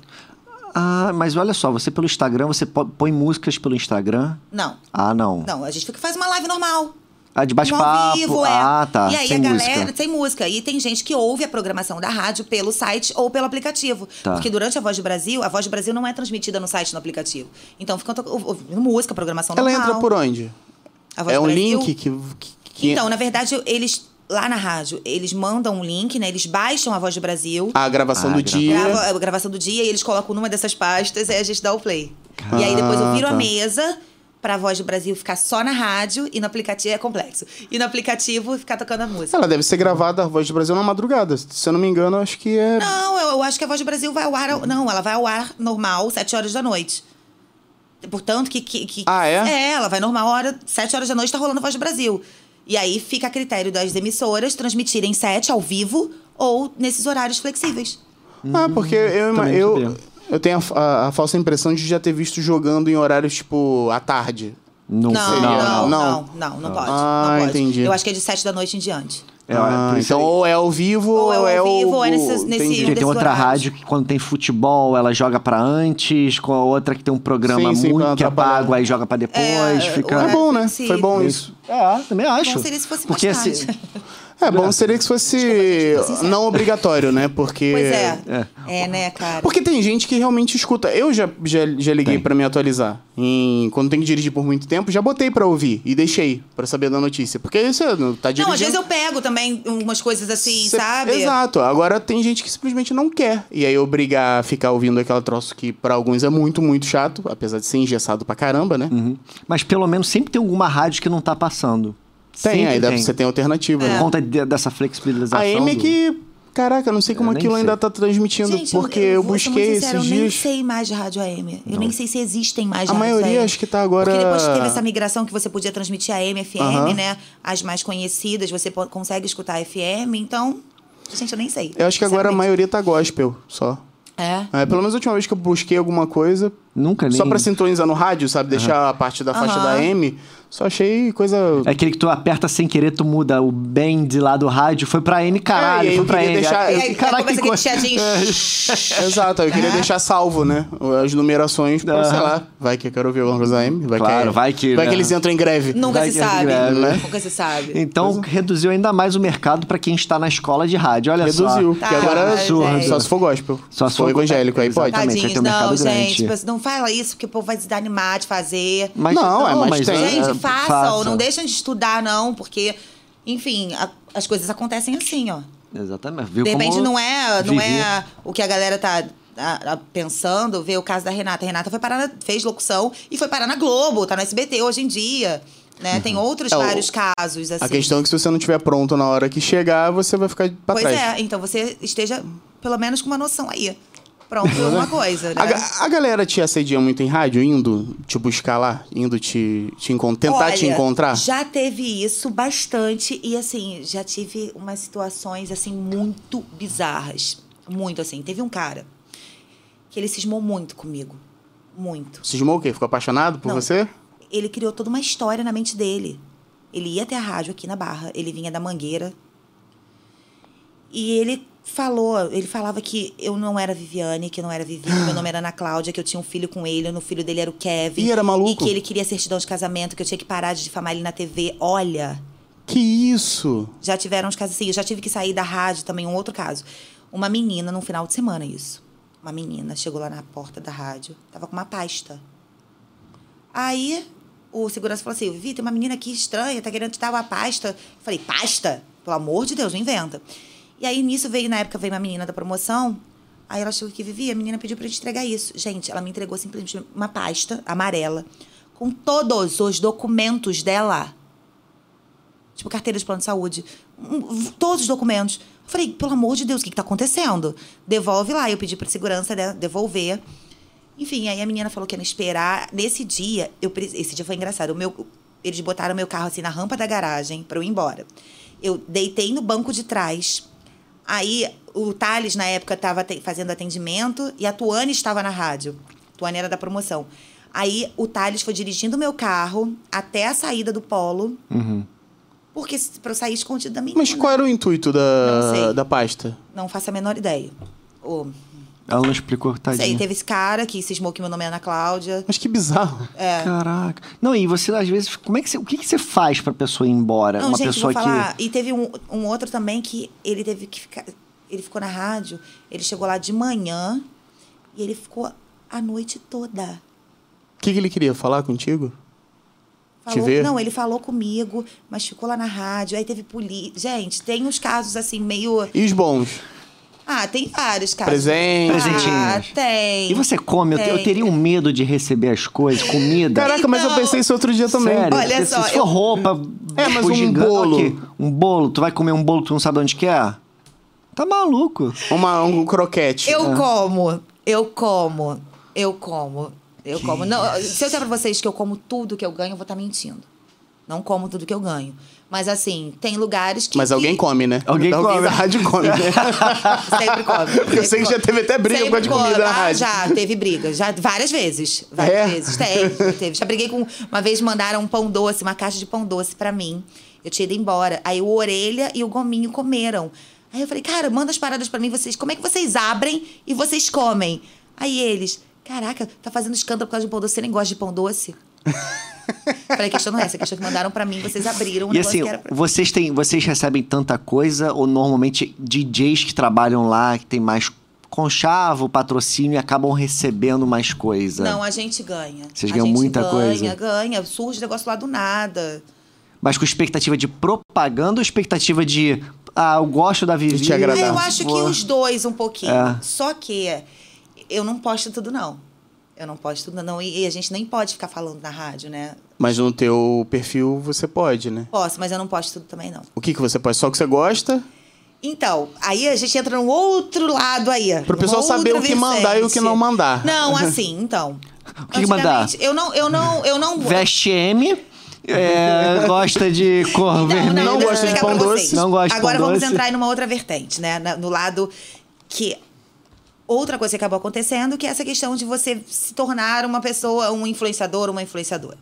Ah, mas olha só, você pelo Instagram, você po- põe músicas pelo Instagram? Não. Ah, não. Não, a gente fica- faz uma live normal. Ah, de No bate-papo. vivo, é. Ah, tá. E aí Sem a galera música. tem música. E tem gente que ouve a programação da rádio pelo site ou pelo aplicativo. Tá. Porque durante a Voz do Brasil, a Voz do Brasil não é transmitida no site e no aplicativo. Então ficam to- ouvindo música, programação Ela normal. entra por onde? A Voz É do um Brasil- link que... que- que- Então, na verdade, eles... Lá na rádio, eles mandam um link, né? Eles baixam a Voz do Brasil. A gravação Ah, do grava- dia... Grava a gravação do dia e eles colocam numa dessas pastas e aí a gente dá o play. E aí depois eu viro Ah, a tá. mesa pra Voz do Brasil ficar só na rádio e no aplicativo é complexo. E no aplicativo ficar tocando a música. Ela deve ser gravada, a Voz do Brasil, na madrugada. Se eu não me engano, acho que é... Não, eu, eu acho que a Voz do Brasil vai ao ar. Não, ela vai ao ar normal, sete horas da noite. Portanto, que. que, que Ah, é? É, ela vai normal, hora, sete horas da noite tá rolando a Voz do Brasil. E aí fica a critério das emissoras transmitirem sete ao vivo ou nesses horários flexíveis. Ah, porque eu, ima- Também não eu, sabia. eu tenho a, a- a falsa impressão de já ter visto jogando em horários, tipo, à tarde. Não, Não, sei. não, Não. não, não, não, pode. Ah, não pode. entendi. Eu acho que é de sete da noite em diante. É, Ah, por isso então, aí- ou é ao vivo, Ou é ou ao é vivo, o... ou é nesse- nesse- entendi. Porque tem desses outra horários. rádio que quando tem futebol, ela joga pra antes, com a outra que tem um programa Sim, sim, pra muito que é atrapalhar. pago, aí joga pra depois, É, fica... É horário bom, né? flexível. Foi bom isso. É, também acho. Bom seria se fosse Porque mais assim, tarde. É, bom seria que fosse Desculpa, gente, tô sincera. não obrigatório, né? Porque... Pois é. É. É, né, cara? Porque tem gente que realmente escuta. Eu já, já, já liguei Tem. pra me atualizar. Em, quando tem que dirigir por muito tempo, já botei pra ouvir e deixei pra saber da notícia. Porque isso não tá dirigindo. Não, às vezes eu pego também umas coisas assim, Cê- sabe? Exato. Agora tem gente que simplesmente não quer. E aí obrigar a ficar ouvindo aquela troço que pra alguns é muito, muito chato, apesar de ser engessado pra caramba, né? Uhum. Mas pelo menos sempre tem alguma rádio que não tá passando. Tem, Sempre aí dá- você tem alternativa, Por né? conta de- dessa flexibilização. A M é do- que. Caraca, eu não sei como Eu nem aquilo sei. ainda tá transmitindo, Gente, porque eu, vou ser busquei muito sincera, esses eu nem dias. sei mais de rádio A M. Eu nem sei se existem mais A rádios maioria A M. acho que tá agora- Porque depois que teve essa migração que você podia transmitir A M, F M, Aham. né? As mais conhecidas, você po- consegue escutar F M, então... Gente, eu nem sei. Eu acho que agora a maioria tá gospel, só. É? É, pelo menos a última vez que eu busquei alguma coisa... Nunca nem... Só pra sintonizar no rádio, sabe? Deixar Uhum. a parte da faixa Uhum. da M. Só achei coisa... É aquele que tu aperta sem querer, tu muda o band lá do rádio, foi pra M, caralho, É, e aí foi eu pra queria M. deixar- Aí, E aí, caraca, começa que aquele coisa... chiadinho. Exato, eu queria deixar salvo, né? As numerações pra, sei Aham. lá, vai que eu quero ouvir alguma coisa da M. Vai Claro, que, é- vai que, Vai né? que eles entram em greve. Nunca Vai se que é sabe. grave, né? Nunca se sabe. Então, reduziu ainda mais o mercado pra quem está na escola de rádio, olha só. Reduziu, porque Tá, agora absurdo. só se for gospel. Só se for evangélico, aí pode. Exatamente, aí Tadinhos, tem um mercado não, grande. gente. tipo, não fala isso, porque o povo vai desanimar de fazer. Mas, Não, é, mas tem. Gente, é, façam, faça. não deixem de estudar, não, porque, enfim, a- as coisas acontecem assim, ó. Exatamente. Viu De repente como não é, não vivi. é o que a galera tá a- a- pensando, ver o caso da Renata. A Renata foi parar na- fez locução e foi parar na Globo, tá no S B T hoje em dia. Né? Tem outros É, o- vários casos, assim. A questão é que se você não estiver pronto na hora que chegar, você vai ficar pra Pois trás. é, então você esteja pelo menos com uma noção aí. Pronto, alguma coisa, né? A, ga- a galera te assedia muito em rádio, indo te buscar lá? Indo te, te encon- tentar te Olha, encontrar? Já teve isso bastante e assim, já tive umas situações assim muito bizarras. Muito assim. Teve um cara que ele cismou muito comigo. Muito. Cismou o quê? Ficou apaixonado por Não. você? Ele criou toda uma história na mente dele. Ele ia até a rádio aqui na Barra, ele vinha da Mangueira. E ele falou, ele falava que eu não era Viviane, que eu não era Vivi, que meu nome era Ana Cláudia, que eu tinha um filho com ele, o filho dele era o Kevin. Ih, era maluco? E que ele queria certidão de casamento, que eu tinha que parar de difamar ele na T V. Olha, Que isso? já tiveram uns casos assim. Eu já tive que sair da rádio também, um outro caso. Uma menina, num final de semana, isso. Uma menina chegou lá na porta da rádio, tava com uma pasta. Aí o segurança falou assim: Vivi, tem uma menina aqui estranha, tá querendo te dar uma pasta. Eu falei: pasta? Pelo amor de Deus, não inventa. E aí nisso veio, na época, veio uma menina da promoção. Aí ela chegou aqui: Vivi, a menina pediu pra gente entregar isso. Gente, ela me entregou simplesmente uma pasta amarela com todos os documentos dela. Tipo, carteira de plano de saúde. Um, Todos os documentos. Eu falei, pelo amor de Deus, o que, que tá acontecendo? Devolve lá. Eu pedi pra segurança, né, devolver. Enfim, aí a menina falou que ia me esperar. Nesse dia, eu, pre- esse dia foi engraçado. O meu, eles botaram meu carro assim na rampa da garagem pra eu ir embora. Eu deitei no banco de trás. Aí o Thales, na época, tava te- fazendo atendimento e a Tuane estava na rádio. A Tuane era da promoção. Aí o Thales foi dirigindo o meu carro até a saída do polo. Uhum. Porque s- pra eu sair escondido da menina. Mas qual era o intuito Não da, sei. da pasta? Não faço a menor ideia. Ô, Ela não explicou, não tadinha. sei, teve esse cara que cismou que meu nome é Ana Cláudia. Mas que bizarro. É. Caraca. Não, e você, às vezes, como é que você, o que, que você faz pra pessoa ir embora? Não, Uma gente, pessoa vou falar. E teve um, um outro também que ele teve que ficar... Ele ficou na rádio, ele chegou lá de manhã e ele ficou a noite toda. O que, que ele queria falar contigo? Falou, ver? Não, ele falou comigo, mas ficou lá na rádio. Aí teve polícia. Gente, tem uns casos assim, meio... E os bons? Ah, tem vários casos. Presentes. Ah, Presentinhos. tem. que... E você come? Eu, te- eu Tem. teria um medo de receber as coisas, comida. Caraca, mas eu Então- pensei isso outro dia também. Sério? Olha Porque só, se for eu- roupa... É, mas tipo, um gigante, bolo. ok. Um bolo? Tu vai comer um bolo que tu não sabe onde que é? Tá maluco. Uma, um croquete. Eu como, eu como, eu como, eu como. Não, se eu disser pra vocês que eu como tudo que eu ganho, eu vou estar mentindo. Não como tudo que eu ganho. Mas assim, tem lugares que... Mas alguém que- come, né? Alguém come. da rádio come, né? Sempre come. Eu sei que já teve até briga por causa de Sempre comida na come. Ah, rádio. já, teve briga. Já, várias vezes. Várias É? vezes. Teve, teve. Já briguei com... Uma vez mandaram um pão doce, uma caixa de pão doce pra mim. Eu tinha ido embora. Aí o Orelha e o Gominho comeram. Aí eu falei, cara, manda as paradas pra mim. Vocês, como é que vocês abrem e vocês comem? Aí eles, caraca, tá fazendo escândalo por causa de pão doce. Você nem gosta de pão doce? Falei, a questão não é essa. A questão que mandaram pra mim, vocês abriram um E negócio assim, que era pra... vocês, têm, vocês recebem tanta coisa ou normalmente D Js que trabalham lá, que tem mais conchavo, patrocínio e acabam recebendo mais coisa? Não, a gente ganha. Vocês A ganham gente muita ganha, coisa? Ganha, ganha. Surge negócio lá do nada. Mas com expectativa de propaganda ou expectativa de... Ah, eu gosto da Vivi. te agradar. Eu acho que vou- os dois um pouquinho. É. Só que eu não posto tudo, não. Eu não posto tudo, não. E a gente nem pode ficar falando na rádio, né? Mas no teu perfil você pode, né? Posso, mas eu não posto tudo também, não. O que, que você pode? Só o que você gosta? Então, aí a gente entra num outro lado aí. Pro numa pessoal saber outra o que mandar e o que não mandar. Não, assim, então. O que que mandar? Antigamente, Eu não, eu não, eu não... Veste M É, gosta de cor Então, vermelha. Não deixa eu gosta de explicar pão pra doce. vocês. Não gosta de Agora pão vamos doce. entrar em uma outra vertente, né? Na- No lado que... Outra coisa que acabou acontecendo, que é essa questão de você se tornar uma pessoa, um influenciador, uma influenciadora.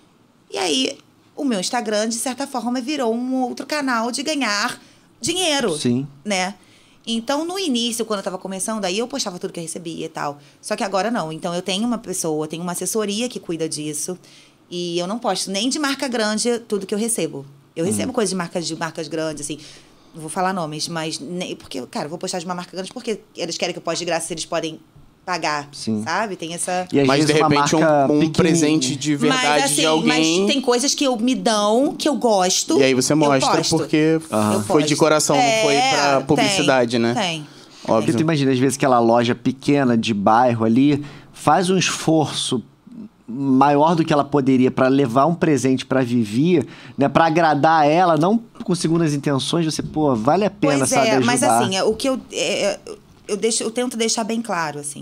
E aí, o meu Instagram, de certa forma, virou um outro canal de ganhar dinheiro. Sim. Né? Então, no início, quando eu tava começando, aí eu postava tudo que eu recebia e tal. Só que agora não. Então, eu tenho uma pessoa, tenho uma assessoria que cuida disso. E eu não posto nem de marca grande tudo que eu recebo. Eu recebo coisas de marcas, de marcas grandes, assim. Não vou falar nomes, mas... Nem, porque, cara, eu vou postar de uma marca grande porque eles querem que eu poste de graça se eles podem pagar, Sim. sabe? Tem essa... E às Mas, vezes, de uma repente, um, marca um pequenininha. presente de verdade mas, assim, de alguém... Mas tem coisas que eu me dão, que eu gosto. E aí você eu mostra posto. porque Eu foi de posto. coração, não foi É, pra publicidade, tem, né? Tem. Porque Óbvio. tu imagina, às vezes, aquela loja pequena de bairro ali faz um esforço maior do que ela poderia para levar um presente para Vivi, né, para agradar ela, não com segundas intenções, você, pô, vale a pena, Pois sabe, é, ajudar. mas assim, é, o que eu... é, eu, deixo, eu tento deixar bem claro, assim.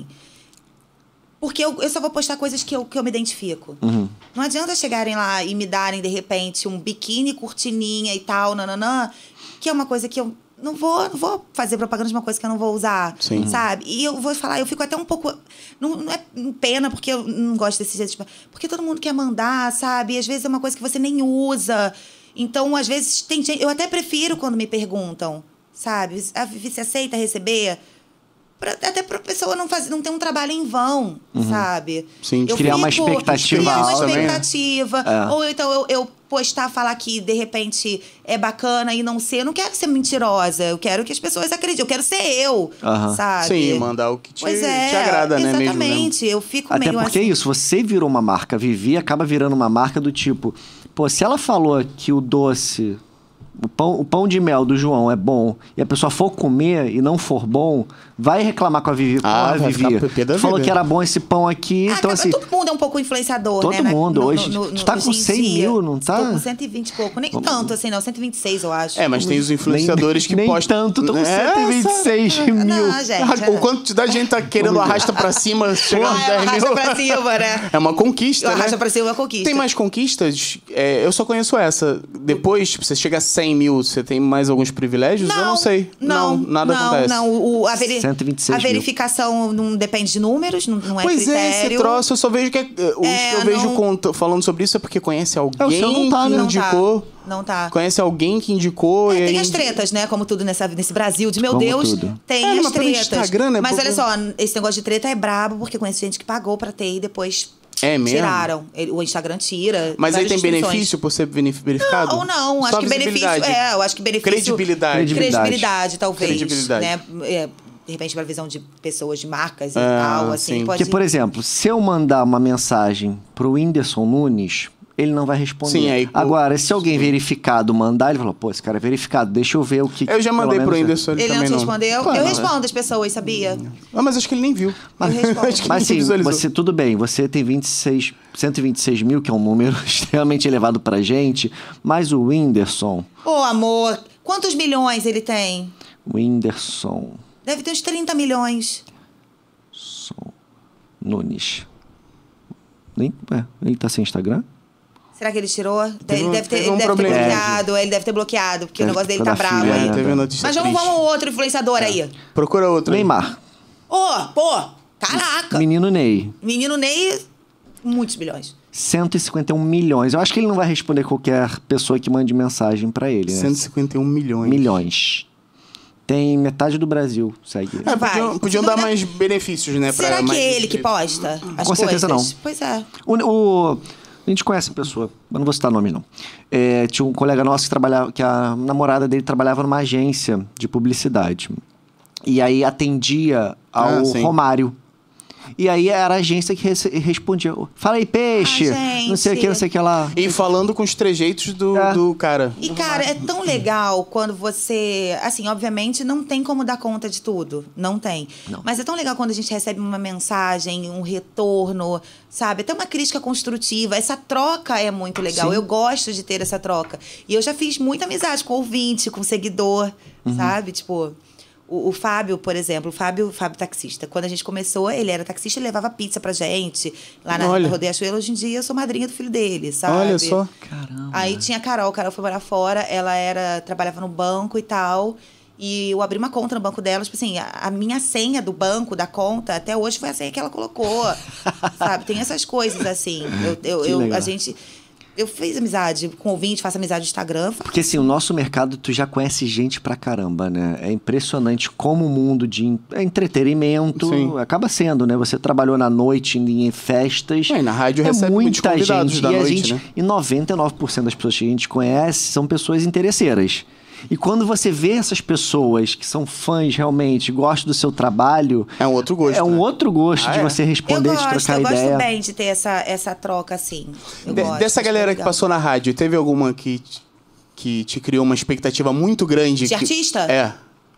Porque eu, eu só vou postar coisas que eu, que eu me identifico. Uhum. Não adianta chegarem lá e me darem, de repente, um biquíni, cortininha e tal, nananã, que é uma coisa que eu não vou, não vou fazer propaganda de uma coisa que eu não vou usar, Sim. sabe? E eu vou falar, eu fico até um pouco... Não, não é pena, porque eu não gosto desse jeito, tipo, porque todo mundo quer mandar, sabe? E às vezes é uma coisa que você nem usa. Então, às vezes, tem gente... Eu até prefiro quando me perguntam, sabe? A Vivi se aceita receber... Pra, até pra pessoa não, fazer, não ter um trabalho em vão, sabe? Sim, de Eu criar uma fico- expectativa Criar uma alta, né? expectativa. É. Ou então eu, eu postar, falar que de repente é bacana e não ser. Eu não quero ser mentirosa. Eu quero que as pessoas acreditem. Eu quero ser eu, Aham. sabe? Sim, mandar o que te, Pois é, te agrada, né? Mesmo, né? exatamente. Eu fico Até meio porque assim. é isso, você virou uma marca, Vivi acaba virando uma marca do tipo, pô, se ela falou que o doce, o pão, o pão de mel do João é bom, e a pessoa for comer e não for bom, vai reclamar com a Vivi. Pô, Ah, vai Vivi, ficar pé da tu falou vida. que era bom esse pão aqui, Ah, então cara, assim... todo mundo é um pouco influenciador, Todo né? Na- mundo. no- Hoje, no- tu tá hoje com em cem dia. mil, não tá? Tô com cento e vinte e pouco. Nem tanto assim, não. cento e vinte e seis, eu acho. É, mas tem os influenciadores que nem postam... tanto, tô com É, cento e vinte e seis mil. Não, gente. Ah, o quanto da gente tá querendo arrasta pra cima, chegar nos Ah, dez arrasta mil. pra cima, né? É uma conquista, Eu né? arrasta pra cima, é uma conquista. Tem mais conquistas? É, eu só conheço essa. Depois, tipo, você chega a cem mil, você tem mais alguns privilégios? eu não sei. Não, nada não, acontece. Não, o, a, veri- cento e vinte e seis a mil. verificação não depende de números, não, não é Pois é, esse critério. troço, eu só vejo que... É, os É, que eu vejo não- cont- falando sobre isso é porque conhece alguém É, o seu não tá, que né? Não indicou. tá, não tá. Conhece alguém que indicou e É, tem aí... as tretas, né? Como tudo nessa, nesse Brasil de meu Como Deus, tudo. tem É, as mas pelo tretas. Instagram, né, Mas pouco- olha só, esse negócio de treta é brabo, porque eu conheço gente que pagou pra ter e depois É mesmo? tiraram. Ele- O Instagram tira. Mas aí várias tem restrições. benefício por ser veri- verificado? Não, ou não. Só Acho que benefício. visibilidade. É, eu acho que benefício. Credibilidade. Credibilidade. Credibilidade, talvez. Credibilidade. Né? É, de repente, para visão de pessoas, de marcas e Ah, tal, assim, sim. pode... Porque, por exemplo, se eu mandar uma mensagem pro Whindersson Nunes, ele não vai responder. Sim, aí- Agora, se alguém verificado mandar, ele fala, pô, esse cara é verificado, deixa eu ver o que... Eu já pelo mandei pro menos é. Whindersson, ele, Ele não também te não. respondeu? Claro, eu né? respondo as pessoas, sabia? Ah, mas acho que ele nem viu. Eu respondo. Acho que Mas ele sim, visualizou. você, tudo bem, você tem vinte e seis, cento e vinte e seis mil, que é um número extremamente elevado pra gente, mas o Whindersson, Ô, amor, quantos milhões ele tem? o Whindersson Deve ter uns trinta milhões. Nunes, nem, é, ele tá sem Instagram? Será que ele tirou? Teve ele um- deve ter, teve ele um deve ter problema. bloqueado, ele deve ter bloqueado, porque Deve o negócio dele por tá causa da bravo filha, aí. né? Teve notícia Mas vamos, triste. vamos outro influenciador aí. Procura outro aí. Neymar, Ô, pô, caraca. menino Ney, Menino Ney, muitos milhões. cento e cinquenta e um milhões. Eu acho que ele não vai responder qualquer pessoa que mande mensagem pra ele, né? cento e cinquenta e um milhões. Milhões. Tem metade do Brasil, segue. É, Vai. podiam, podiam Se dar duvida- mais benefícios, né? pra Será que mais é ele gente. que posta as Com coisas? certeza não. Pois é. O, o- a gente conhece a pessoa, mas não vou citar nome, não. É, tinha um colega nosso que trabalhava, que a namorada dele trabalhava numa agência de publicidade. E aí atendia ao Ah, sim. Romário. E aí era a agência que rece- respondia. Fala aí, peixe! Ah, não sei o que, gente. não sei o que lá. E falando com os trejeitos do, É. do cara. E, cara, é tão legal quando você... Assim, obviamente, não tem como dar conta de tudo. Não tem. Não. Mas é tão legal quando a gente recebe uma mensagem, um retorno, sabe? Até uma crítica construtiva. Essa troca é muito legal. Sim. Eu gosto de ter essa troca. E eu já fiz muita amizade com ouvinte, com seguidor, Uhum. sabe? Tipo... O, o Fábio, por exemplo, o Fábio, Fábio taxista. Quando a gente começou, ele era taxista e levava pizza pra gente. Lá na Olha. Rodeachuelo, hoje em dia, eu sou madrinha do filho dele, sabe? Olha só. Caramba. Aí tinha a Carol. A Carol foi morar fora. Ela era, trabalhava no banco e tal. E eu abri uma conta no banco dela. Tipo assim, a, a minha senha do banco, da conta, até hoje foi a senha que ela colocou. Sabe? Tem essas coisas, assim. Eu, eu, Que eu, legal. a gente... Eu fiz amizade com ouvinte, faço amizade no Instagram. Porque assim, o nosso mercado, tu já conhece gente pra caramba, né? É impressionante como o mundo de en- é entretenimento Sim. acaba sendo, né? Você trabalhou na noite, em festas. É, e na rádio é recebe muitos muita convidados gente. da e a noite, gente, né? E noventa e nove por cento das pessoas que a gente conhece são pessoas interesseiras. E quando você vê essas pessoas que são fãs realmente, gostam do seu trabalho... É um outro gosto, É um né? outro gosto Ah, de é? você Eu responder, de gosto, trocar eu gosto ideia. bem de ter essa, essa troca, assim. Eu De- gosto, dessa acho galera que legal. passou na rádio, teve alguma que, que te criou uma expectativa muito grande? De que- artista? É.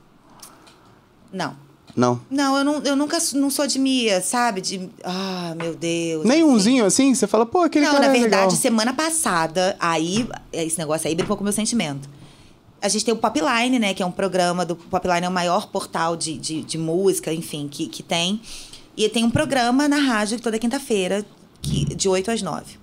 Não. Não. Não, eu, não, eu nunca su- não sou de Mia, sabe? De. Ah, meu Deus. Nenhumzinho assim? Você fala, pô, aquele Não, cara na é verdade, legal. semana passada, aí, esse negócio aí brincou com o meu sentimento. A gente tem o Popline, né? Que é um programa do... Popline é o maior portal de, de, de música, enfim, que, que tem. E tem um programa na rádio toda quinta-feira, que- de oito às nove.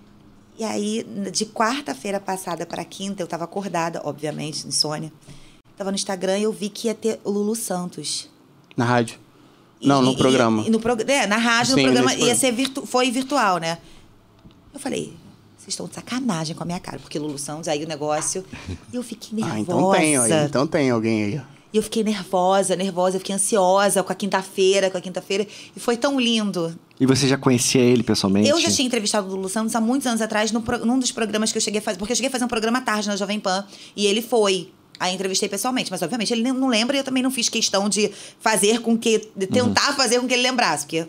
E aí, de quarta-feira passada para quinta, eu tava acordada, obviamente, insônia. Tava no Instagram e eu vi que ia ter o Lulu Santos. Na rádio. Não, no E- programa. E, e no prog- é, na rádio, Sim, no programa, nesse ia programa. ser virtu foi virtual, né? Eu falei, vocês estão de sacanagem com a minha cara, porque Lulu Santos, aí o negócio... E eu fiquei nervosa. Ah, então tem, ó, então tem alguém aí. ó. E eu fiquei nervosa, nervosa, eu fiquei ansiosa com a quinta-feira, com a quinta-feira. E foi tão lindo. E você já conhecia ele pessoalmente? Eu já tinha entrevistado o Lulu Santos há muitos anos atrás, no pro- num dos programas que eu cheguei a fazer. Porque eu cheguei a fazer um programa à tarde na Jovem Pan. E ele foi. Aí entrevistei pessoalmente. Mas, obviamente, ele nem- não lembra e eu também não fiz questão de fazer com que... De tentar fazer com que ele lembrasse. Porque...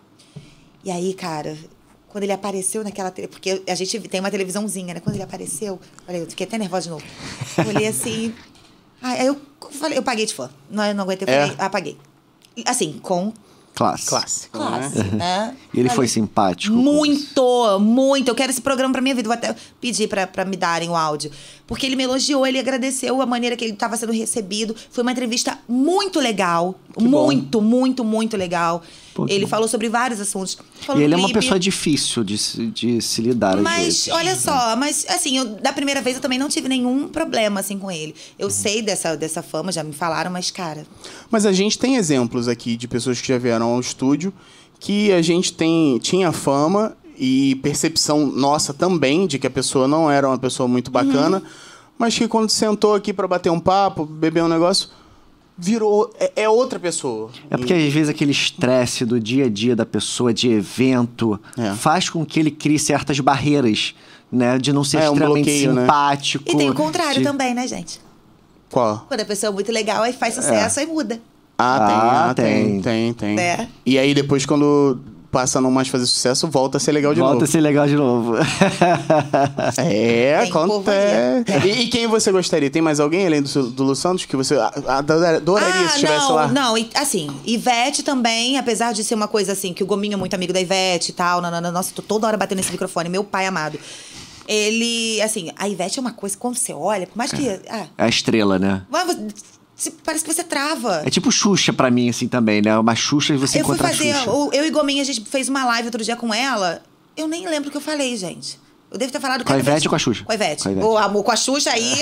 E aí, cara... Quando ele apareceu naquela... Tele... Porque a gente tem uma televisãozinha, né? Quando ele apareceu... Olha, eu fiquei até nervosa de novo. Eu olhei assim... Aí eu falei... Eu paguei de fã. Não, eu não aguentei. Eu É? falei... Ah, paguei. Assim, com... Classe. Clássico, Classe, né? né? E ele foi Falei, simpático? Muito, muito. Eu quero esse programa pra minha vida. Vou até pedir pra, pra me darem o áudio. Porque ele me elogiou, ele agradeceu a maneira que ele estava sendo recebido. Foi uma entrevista muito legal. Que bom. muito, muito, muito legal. Pô, que ele bom. falou sobre vários assuntos. Falou E ele do é uma clipe. pessoa difícil de, se- de se lidar, às Mas, vezes. olha só, mas assim, eu, da primeira vez eu também não tive nenhum problema, assim, com ele. Eu sei dessa, dessa fama, já me falaram, mas, cara... Mas a gente tem exemplos aqui de pessoas que já vieram ao estúdio que a gente tem, tinha fama e percepção nossa também de que a pessoa não era uma pessoa muito bacana, Uhum. mas que quando sentou aqui pra bater um papo, beber um negócio, virou... É, é outra pessoa. É porque às vezes aquele estresse do dia a dia da pessoa, de evento, É. faz com que ele crie certas barreiras, né? De não ser É, um extremamente bloqueio, né? simpático. E tem o contrário de- também, né, gente? Qual? Quando a pessoa é muito legal, aí faz sucesso, aí muda. Ah, tem, Ah, ah, tem, tem. tem, tem. É. E aí depois quando passa a não mais fazer sucesso, volta a ser legal de Volta novo. a ser legal de novo. É, Tem povo acontece. E, e quem você gostaria? Tem mais alguém além do, seu- do Lu Santos que você a- adora- adoraria se estivesse não, lá? não, e, assim, Ivete também, apesar de ser uma coisa assim, que o Gominho é muito amigo da Ivete e tal, nanana, nossa, tô toda hora batendo nesse microfone, meu pai amado. Ele, assim, a Ivete é uma coisa, quando você olha, por mais que. Ah, É a estrela, né? mas você- parece que você trava. É tipo Xuxa pra mim, assim, também, né? Uma Xuxa e você Eu fui encontra a fazer, Xuxa. o- eu e Gominho, a gente fez uma live outro dia com ela, eu nem lembro o que eu falei, gente. Eu devo ter falado Com a cada Ivete vez- ou com a Xuxa? Com a Ivete. Com a Ivete. O amor com a Xuxa aí.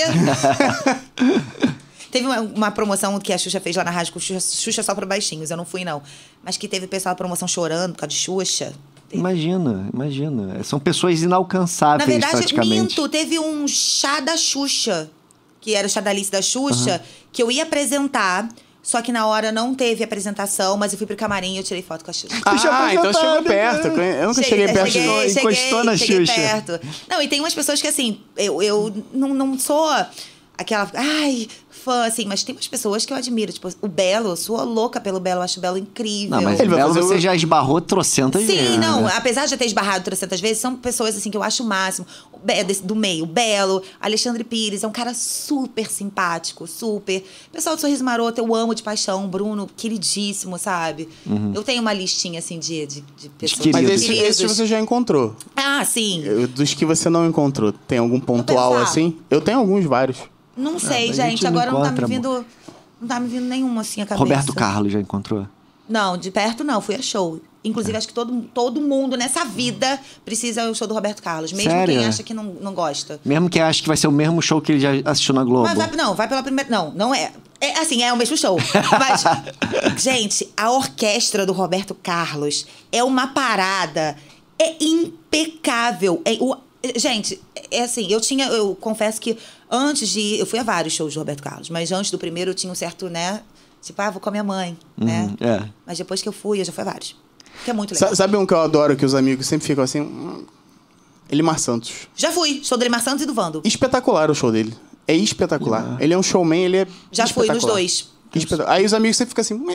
Teve uma, uma promoção que a Xuxa fez lá na rádio com Xuxa, Xuxa só pra baixinhos. Eu não fui, não. Mas que teve o pessoal da promoção chorando por causa de Xuxa. Imagina, imagina. São pessoas Na inalcançáveis, verdade, praticamente. minto. Teve um chá da Xuxa, que era o chá da Alice da Xuxa, que eu ia apresentar. Só que na hora não teve apresentação, mas eu fui pro camarim e eu tirei foto com a Xuxa. Ah, então chegou perto. Eu nunca cheguei, perto de cheguei, nós. cheguei, Encostou na cheguei Xuxa. perto. Não, e tem umas pessoas que, assim, eu, eu não, não sou aquela... Ai, fã, assim, mas tem umas pessoas que eu admiro. Tipo, o Belo, eu sou louca pelo Belo, eu acho o Belo incrível. Não, mas Ele o vai Belo fazer você o- já esbarrou trocentas vezes. Sim, não, né? apesar de já ter esbarrado trocentas vezes, são pessoas assim que eu acho o máximo. O Be- desse- do meio, o Belo, Alexandre Pires, é um cara super simpático, super. Pessoal do Sorriso Maroto, eu amo de paixão. Bruno, queridíssimo, sabe? Eu tenho uma listinha assim de, de, de pessoas. queridos. Mas esse, queridos. esse você já encontrou. Ah, sim. Eu- Dos que você não encontrou, tem algum pontual pensar. assim? Eu tenho alguns, vários. Não sei, mas a gente. gente não Agora não tá me encontra, vindo. Não tá me vindo nenhum assim a cabeça. Roberto Carlos já encontrou? Não, de perto não, fui a show. Inclusive, é. acho que todo, todo mundo nessa vida precisa do show do Roberto Carlos. Mesmo Sério? quem acha que não, não gosta. Mesmo quem acha que vai ser o mesmo show que ele já assistiu na Globo. Mas vai, não, vai pela primeira... Não, não é. É assim, é o mesmo show. Mas, gente, a orquestra do Roberto Carlos é uma parada... É impecável. É, o, gente, é assim, eu tinha... Eu confesso que antes de... Eu fui a vários shows do Roberto Carlos, mas antes do primeiro eu tinha um certo, né... Tipo, ah, vou com a minha mãe, uhum, né? É. Mas depois que eu fui, eu já fui a vários. Que é muito legal. Sabe um que eu adoro, que os amigos sempre ficam assim... Hum, Elimar Santos. Já fui. Show do Elimar Santos e do Vando. Espetacular o show dele. É espetacular. É. Ele é um showman, ele é Já fui nos dois. Espetac... Aí os amigos sempre ficam assim...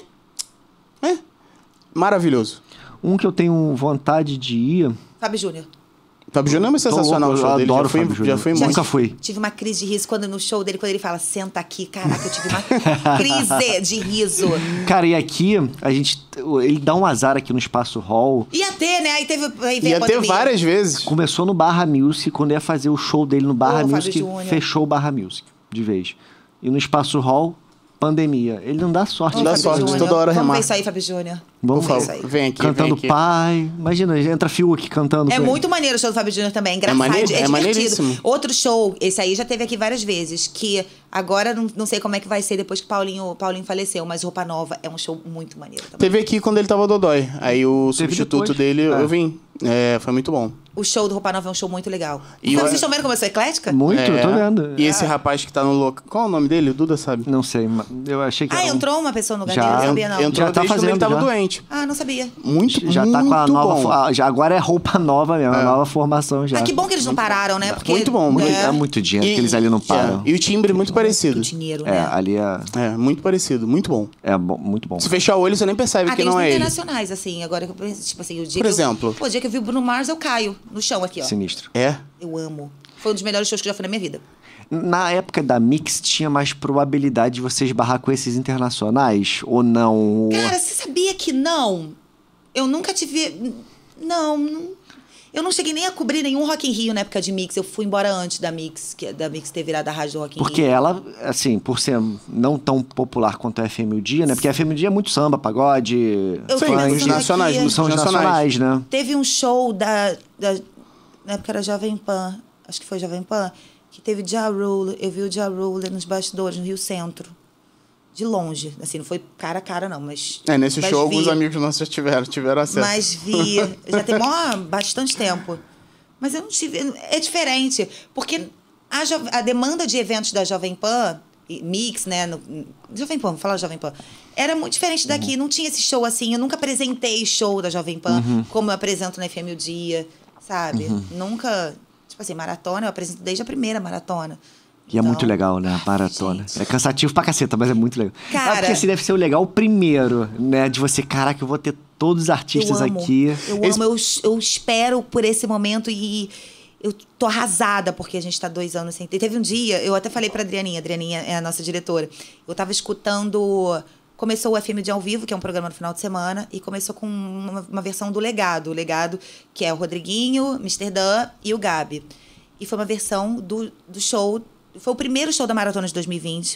É. Maravilhoso. Um que eu tenho vontade de ir... Fábio Júnior. Fábio Júnior é sensacional o show dele. Eu adoro já fui, Fábio Júnior. Já fui Nunca muito. fui. Tive uma crise de riso quando no show dele, quando ele fala, senta aqui. Caraca, eu tive uma crise de riso. Cara, e aqui, a gente... Ele dá um azar aqui no Espaço Hall. Ia ter, né? Aí teve... Aí veio Ia a ter pandemia. várias vezes. Começou no Barra Music, quando ia fazer o show dele no Barra Ô, Music, Fábio Júnior. fechou o Barra Music, de vez. E no Espaço Hall, pandemia. Ele não dá sorte. Não dá Fábio sorte, Júnior. toda hora Vamos remar. ver isso aí, Fábio Júnior. Vamos Por ver favor, isso aí. vem aqui, Cantando vem aqui. Pai. Imagina, entra Fiuk cantando. É com ele. muito maneiro o show do Fábio Júnior também. É engraçado, É maneiro- é, é divertido. maneiríssimo. Outro show, esse aí já teve aqui várias vezes, que agora não, não sei como é que vai ser depois que o Paulinho, Paulinho faleceu, mas Roupa Nova é um show muito maneiro também. Teve aqui quando ele tava dodói. Aí o Teve substituto depois. dele, É. eu vim. É, foi muito bom. O show do Roupa Nova é um show muito legal. E Então, eu- vocês estão vendo como eu sou eclética? Muito, É. tô vendo. E esse rapaz que tá no local... Qual é o nome dele? O Duda sabe. Não sei, mas eu achei que Ah, era um- entrou uma pessoa no lugar Já. dele? Não En- sabia, não. Entrou Já tá desde quando ele fazendo, tava já. doente. Ah, não sabia. Muito, Já tá com a muito nova... bom. fo- ah, já, agora é roupa nova mesmo, a nova formação já. Ah, que bom que eles não pararam, né? Porque, Muito bom, muito- é, É muito dinheiro que eles ali não param. é, E o timbre muito parecido. muito dinheiro, É, né? ali é, É, muito parecido. Muito bom. é bom, muito bom. Se fechar o olho, você nem percebe Ah, que tem não os é ele. internacionais, assim. Agora, que eu penso, tipo assim, o dia Por que exemplo? Eu, pô, o dia que eu vi o Bruno Mars, eu caio no chão aqui, ó. Sinistro. É? Eu amo. Foi um dos melhores shows que eu já fui na minha vida. Na época da Mix, tinha mais probabilidade de você esbarrar com esses internacionais? Ou não? Cara, você sabia que não? Eu nunca tive... Não, não... Eu não cheguei nem a cobrir nenhum Rock in Rio na época de Mix. Eu fui embora antes da Mix, que da Mix ter virado a rádio do Rock in Porque Rio. ela, assim, por ser não tão popular quanto a F M o Dia, né? Porque a F M o Dia é muito samba, pagode, Eu Sim, tô os pensando nacionais, aqui, os são os nacionais, né? Teve um show da, da... Na época era Jovem Pan. Acho que foi Jovem Pan. Que teve Ja Rule. Eu vi o Ja Rule nos bastidores, no Rio Centro. De longe. Assim, não foi cara a cara, não, mas... É, nesse mas show, vi. alguns amigos nossos já tiveram, tiveram acesso. Mas vi. Já tem mó, bastante tempo. Mas eu não tive... É diferente. Porque a, jo- a demanda de eventos da Jovem Pan, e Mix, né? No, Jovem Pan, vou falar Jovem Pan. Era muito diferente daqui. Uhum. Não tinha esse show assim. Eu nunca apresentei show da Jovem Pan Uhum. como eu apresento na F M o Dia, sabe? Uhum. Nunca... Tipo assim, maratona, eu apresento desde a primeira maratona. E é Então, muito legal, né? A maratona. gente. É cansativo pra caceta, mas é muito legal. Cara- Ah, porque assim, deve ser o legal o primeiro, né? De você, caraca, eu vou ter todos os artistas eu amo, aqui. Eu Esse- amo, eu, eu espero por esse momento e eu tô arrasada, porque a gente tá dois anos sem ter. Teve um dia, eu até falei pra Adrianinha, a Adrianinha é a nossa diretora, eu tava escutando... Começou o F M de Ao Vivo, que é um programa no final de semana, e começou com uma, uma versão do Legado. O Legado, que é o Rodriguinho, mister Dan e o Gabi. E foi uma versão do, do show... Foi o primeiro show da Maratona de dois mil e vinte.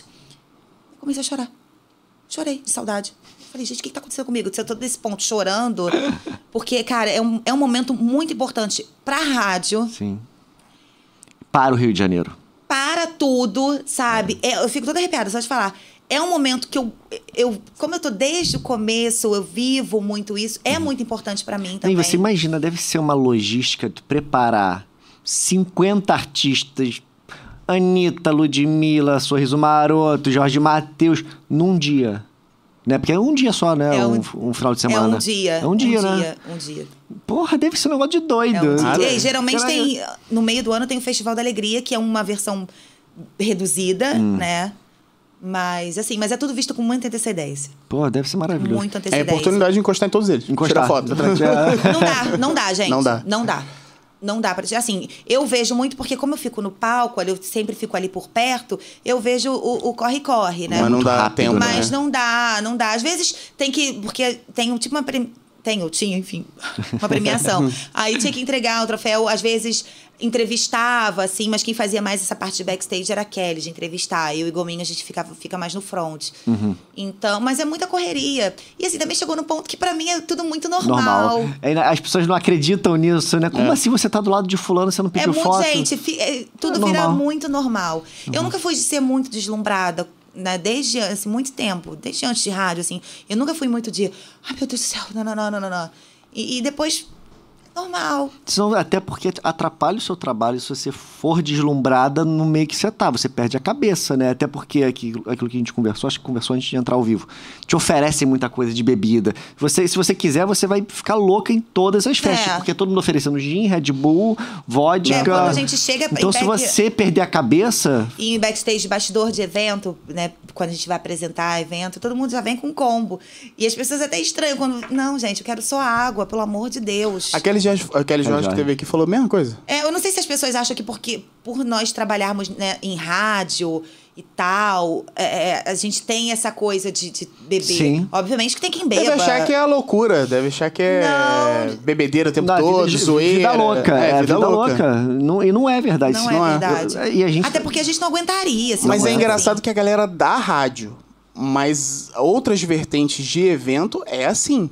Eu comecei a chorar. Chorei, de saudade. Falei, gente, o que que tá acontecendo comigo? Eu tô nesse ponto chorando. Porque, cara, é um, é um momento muito importante pra rádio, Sim. Para o Rio de Janeiro. para tudo, sabe? É, eu fico toda arrepiada, só de falar. É um momento que eu, eu... Como eu tô desde o começo, eu vivo muito isso. É muito importante pra mim E também. você imagina, deve ser uma logística de preparar cinquenta artistas, Anitta, Ludmilla, Sorriso Maroto, Jorge Mateus, num dia. Né? Porque é um dia só, né? É um, um- um final de É semana. um dia. É um dia, um né? Dia, um dia. Porra, deve ser um negócio de doido. É um dia. Nada. E aí, geralmente Caralho. tem... No meio do ano tem o Festival da Alegria, que é uma versão reduzida, Hum. né? Mas, assim, mas é tudo visto com muita antecedência. Pô, deve ser maravilhoso. Muita É a antecedência. oportunidade de encostar em todos eles. Encostar. Tira foto. É. Não dá, não dá, gente. Não dá. Não dá. Não dá pra... Assim, eu vejo muito, porque como eu fico no palco, ali, eu sempre fico ali por perto, eu vejo o o corre-corre, né? Mas não Muito dá rápido, tempo, né? Mas né? não dá, não dá. Às vezes tem que... Porque tem um tipo uma... pre- Tenho, tinha, enfim, uma premiação. Aí tinha que entregar o troféu, às vezes entrevistava, assim, mas quem fazia mais essa parte de backstage era a Kelly, de entrevistar. Eu e Gominho, a gente ficava, fica mais no front. Uhum. Então, mas é muita correria. E assim, também chegou no ponto que pra mim é tudo muito normal. Normal. É, as pessoas não acreditam nisso, né? Como é. assim você tá do lado de fulano, você não pediu é muito, foto? Gente, fi, é, tudo é vira normal. muito normal. Uhum. Eu nunca fui de ser muito deslumbrada, né? Desde assim, muito tempo, desde antes de rádio, assim. Eu nunca fui muito de, ai, meu Deus do céu, não, não, não, não, não, não. E, e depois... normal. Senão, até porque atrapalha o seu trabalho se você for deslumbrada no meio que você tá. Você perde a cabeça, né? Até porque aquilo, aquilo que a gente conversou, acho que conversou antes de entrar ao vivo. Te oferecem muita coisa de bebida. Você, se você quiser, você vai ficar louca em todas as festas. É. Porque todo mundo oferecendo gin, Red Bull, vodka. É, quando a gente chega... Então, se você perder a cabeça... E em backstage, bastidor de evento, né? Quando a gente vai apresentar evento, todo mundo já vem com combo. E as pessoas até estranham quando... Não, gente, eu quero só água, pelo amor de Deus. Aquele Jorge, aquele Jorge que teve aqui falou a mesma coisa. É, eu não sei se as pessoas acham que porque por nós trabalharmos, né, em rádio e tal, é, a gente tem essa coisa de, de beber. Sim. Obviamente que tem quem beba. Deve achar que é a loucura, deve achar que é Não. bebedeira o tempo Não, todo, vida, zoeira. Vida louca. É, é vida, vida louca. louca. Não, e não é verdade. Não, isso é não verdade. É. E a gente... Até porque a gente não aguentaria. Se Mas não é fosse engraçado assim. que a galera da rádio, mas outras vertentes de evento é assim.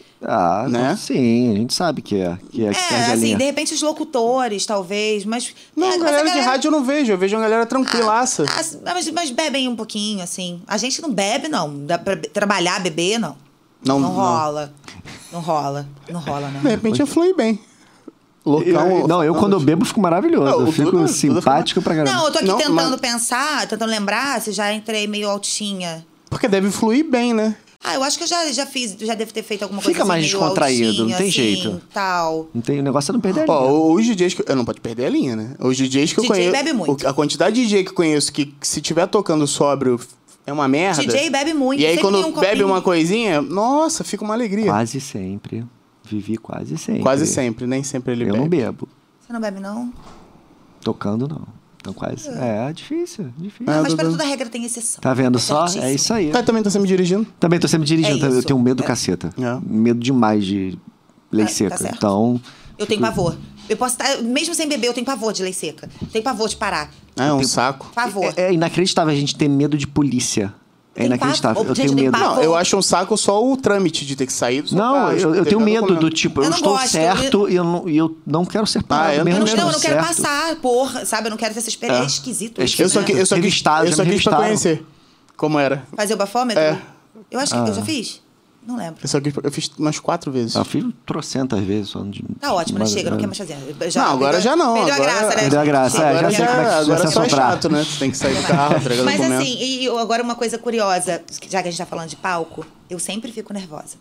Ah, né? Sim, a gente sabe que é. Que é, É, que é assim, de repente os locutores, talvez, mas... Não, é, a mas galera, a galera de rádio eu não vejo, eu vejo uma galera tranquilaça. Ah, mas, mas bebem um pouquinho, assim. A gente não bebe, não. Dá pra trabalhar, beber, não. Não, Não não. rola. Não rola. Não rola, não. De repente eu flui bem. Local, Eu- não, eu quando eu bebo fico maravilhoso. Não, o eu fico Duda- Duda simpático pra caramba. Não, eu tô aqui Não, tentando mas- pensar, tentando lembrar, se já entrei meio altinha. Porque deve fluir bem, né? Ah, eu acho que eu já, já fiz, já devo ter feito alguma coisa Fica assim, mais meio descontraído, altinha, não tem assim, jeito. tal. Não tem, o negócio é não perder a linha. Ó, os D Js que eu não pode perder a linha, né? Os D Js que eu D J conheço, bebe muito. o- a quantidade de D J que eu conheço que, que se tiver tocando sóbrio é uma merda. D J bebe muito. E aí sempre quando tem um bebe copinho. uma coisinha, nossa, fica uma alegria. Quase sempre. Vivi quase sempre. Quase sempre, nem sempre ele Eu bebe. não bebo. Você não bebe, não? Tocando, não. Então quase. É, é difícil, difícil. É, Ah, mas Dudu. para toda regra tem exceção. Tá vendo só? certíssimo. É isso aí. Mas também tá sempre dirigindo. Também tô sempre dirigindo, É eu isso. tenho medo do É. caceta. É. Medo demais de lei Ah, tá seca. certo. Então. Eu tenho pavor. Eu posso estar... Mesmo sem beber, eu tenho pavor de lei seca. Tenho pavor de parar. Ah, é um tenho- saco. Pavor. É, é inacreditável a gente ter medo de polícia. É Tem inacreditável. pavor. Eu Gente, tenho tem medo. pavor. Não, eu acho um saco só o trâmite de ter que sair do seu Não, carro, eu, eu ter tenho que medo documento. do tipo, eu, Eu não estou gosto, certo e eu não, e eu não quero ser parado. Ah, eu mesmo Eu não, estando não, eu não quero certo. passar por, sabe? Eu não quero ter essa experiência. É esquisito É isso, Eu só, né? que, eu só quis, Revistado, eu já só me quis pra revistaram. conhecer como era. Fazer o bafômetro? É. Eu acho que eu já fiz. Não lembro. Eu só quis, eu fiz umas quatro vezes. Eu fiz trocentas vezes. Só de, Tá ótimo, né? mas- Chega, não quer mais fazer. Já, Não, agora perdeu- já não, Perdeu agora- a graça, né? Perdeu a graça, Chega, é, Agora já já, sei como é que agora você só é assoprar. chato, né? Você tem que sair do carro, entregar Mas documento. assim, e eu- agora uma coisa curiosa, já que a gente tá falando de palco, eu sempre fico nervosa.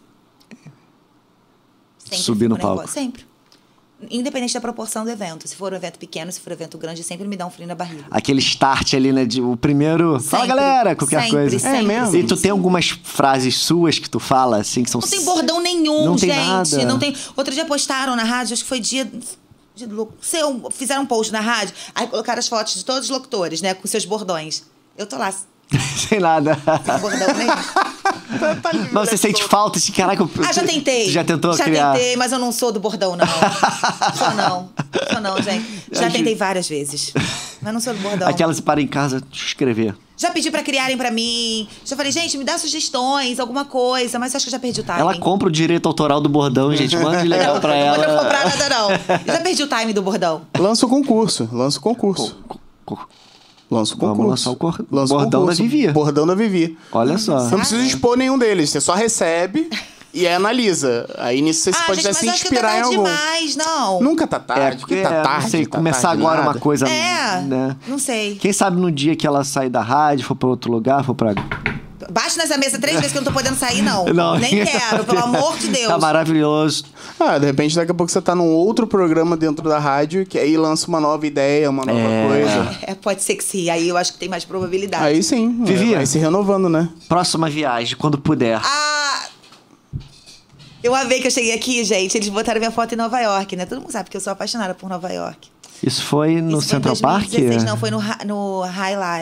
Sempre Subir fico no palco. nervosa, sempre. Independente da proporção do evento. Se for um evento pequeno, se for um evento grande, sempre me dá um frio na barriga. Aquele start ali, né? De, o primeiro. Fala, Sempre, galera, qualquer sempre, coisa. sempre, É mesmo? sempre, E tu tem sempre. algumas frases suas que tu fala, assim, que são. Não tem bordão nenhum, Não tem gente. nada. Não tem. Outro dia postaram na rádio, acho que foi dia. de lo- Seu, fizeram um post na rádio, aí colocaram as fotos de todos os locutores, né? Com seus bordões. Eu tô lá, Sem nada. sem bordão nenhum. Tá livre, Mas você né? sente falta de caraca. eu- Ah, já tentei. Já tentou já criar? tentei, mas eu não sou do bordão, não. Sou não. Sou não, gente. Já Acho- tentei várias vezes. Mas não sou do bordão. Aquelas que para em casa, deixa eu escrever. Já pedi pra criarem pra mim. Já falei, gente, me dá sugestões, alguma coisa. Mas acho que eu já perdi o timing. Ela compra o direito autoral do bordão, gente. Manda de legal não, pra não vou ela. comprar nada, não. Já perdi o timing do bordão. Lança o concurso, lança o concurso. Co- co- Lança o concurso. Vamos lançar o cor- Lança o bordão concurso. da Vivi. Bordão da Vivi. Olha só. Você não precisa expor nenhum deles, você só recebe e aí analisa. Aí nisso você ah, pode gente, até mas se acho que tá inspirar em tarde algum. demais, não. Nunca tá tarde, porque é, tá tarde. não sei, tá começar tarde agora nada. uma coisa. É, Né? não sei. Quem sabe no dia que ela sair da rádio, for pra outro lugar, for pra. Bate nessa mesa três vezes que eu não tô podendo sair, não. Não. Nem quero, pelo amor de Deus. Tá maravilhoso. Ah, de repente daqui a pouco você tá num outro programa dentro da rádio, que aí lança uma nova ideia, uma nova É. coisa. É, pode ser que sim. Aí eu acho que tem mais probabilidade. Aí sim, Vivi. vai se renovando, né? Próxima viagem, quando puder. Ah! Eu amei que eu cheguei aqui, gente. Eles botaram minha foto em Nova York, né? Todo mundo sabe que eu sou apaixonada por Nova York. Isso foi no Isso foi em Central dois mil e dezesseis, Park? Não, foi no, Hi- no Highline.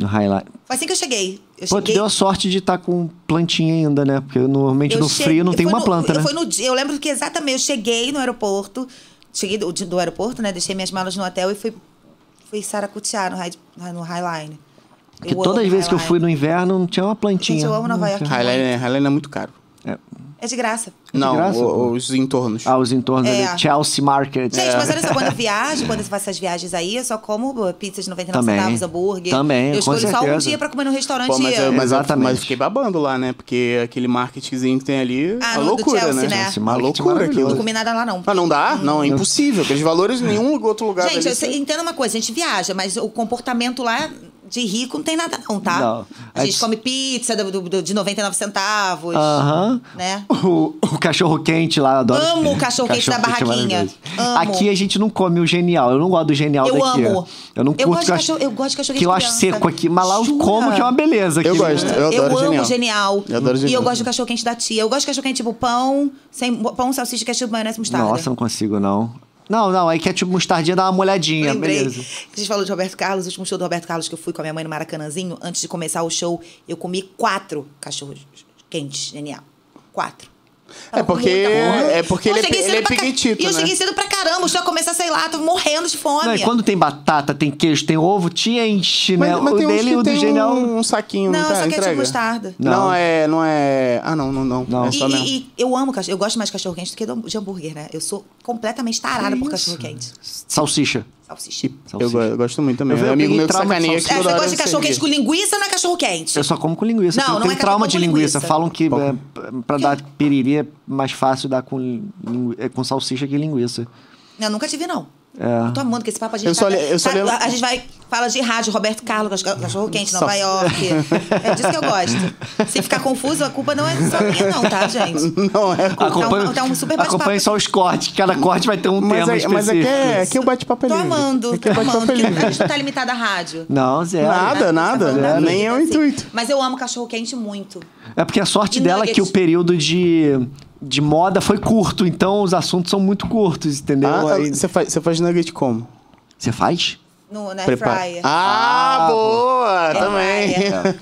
No Highline. Foi assim que eu cheguei. Eu Pô, tu cheguei... deu a sorte de estar com plantinha ainda, né? Porque normalmente eu no che... frio não tem foi uma no... planta, eu, né? Foi no... Eu lembro que exatamente, eu cheguei no aeroporto, cheguei do, do aeroporto, né? Deixei minhas malas no hotel e fui, fui saracutear no, high... no Highline. Porque todas as vezes que eu fui no inverno não tinha uma plantinha. Gente, eu amo Nova York. Highline, Highline é muito caro. É. É de graça. Não, graça, o- os entornos. Ah, os entornos É. ali. Chelsea Market. Gente, mas olha só, quando eu viajo, quando eu faço essas viagens aí, eu só como pizza de noventa e nove Também. centavos, hambúrguer. Também, Eu com escolho só um certeza. dia pra comer no restaurante. Pô, mas, eu, mas, eu, Exatamente. mas eu fiquei babando lá, né? Porque aquele marketingzinho que tem ali Ah, é no do loucura, Chelsea, né? né? Chelsea É Market loucura maravilhoso. aquilo. Não comi nada lá, não. Ah, não dá? Não, é impossível. Aqueles valores em nenhum outro lugar. Gente, dali eu sei, entenda uma coisa, a gente viaja, mas o comportamento lá de rico não tem nada não, tá? Não. A gente Aí- come pizza do, do- do- de noventa e nove centavos, Aham. né? O, o cachorro quente lá, eu adoro. Amo o cachorro-quente da é barraquinha. maravilhoso. Amo. Aqui a gente não come o genial. Eu não gosto do genial Eu daqui. amo. Eu não Eu curto gosto de que cachorro- eu gosto de cachorro-quente que eu de acho criança. seco aqui. Mas lá eu Jura? como que é uma beleza. Eu aquilo. gosto. Eu Eu adoro amo genial. genial. Eu adoro E genial. eu gosto do cachorro-quente da tia. Eu gosto de cachorro-quente tipo pão, sem pão, salsicha, ketchup, maionese, mostarda. Nossa, não consigo, não. Não, não, aí ketchup mostardinha dá uma molhadinha, Lembrei beleza. que a gente falou de Roberto Carlos, o último show do Roberto Carlos que eu fui com a minha mãe no Maracanãzinho, antes de começar o show, eu comi quatro cachorros quentes, genial. Quatro. É porque, é porque Pô, ele, é, cheguei ele cedo é pra ca- piquitito, E eu né? cheguei cedo pra caramba, o show ia começar, sei lá, tô morrendo de fome. Não, e quando tem batata, tem queijo, tem ovo, te enche, né? Mas, mas o tem uns dele que e o do tem genial. um, um saquinho, Não, tá? só ketchup Entrega. e mostarda. Não. Não. é... Não é... Ah, não, não, não. Não. É E, só mesmo. e- e eu amo cachorro, eu gosto mais de cachorro quente do que de hambúrguer, né? Eu sou completamente tarada por cachorro quente. Salsicha. Salsicha. Eu, go- eu gosto muito também. Eu vi- Um eu amigo peguei meu que trauma de sacaneia que salsicha. É, toda você hora gosta de eu cachorro quente com servia. linguiça ou não é cachorro quente? Eu só como com linguiça. Não, eu não tenho é trauma de cachorro com linguiça. linguiça. Falam que é, pra dar piriri é mais fácil dar com, lingu- é, com salsicha que linguiça. Eu nunca tive, não. É. Eu tô amando que esse papo a gente Eu só tá- le- eu só tá- lembro- A gente vai... Fala de rádio, Roberto Carlos, cachorro quente, Nova Só- York. É disso que eu gosto. Se ficar confuso, a culpa não é só minha, não, tá, gente? Não, é... Acompanha- tá um super bate-papo acompanhe só os cortes. Cada corte vai ter um Mas, tema é, mas aqui específico. é, aqui é o bate-papo é Tô livre. amando, Aqui é tô bate-papo amando. é Porque a livre. gente não tá limitada à rádio. Não, zero. Nada, A gente tá nada. falando da Nem vida, é o assim. intuito. Mas eu amo cachorro quente muito. É porque a sorte E dela é que o nuggets? período de, de moda foi curto. Então os assuntos são muito curtos, entendeu? Ah, Aí- você faz, você faz nugget como? Você faz? No, na Prepara. fryer. Ah, Ah, boa! É Também.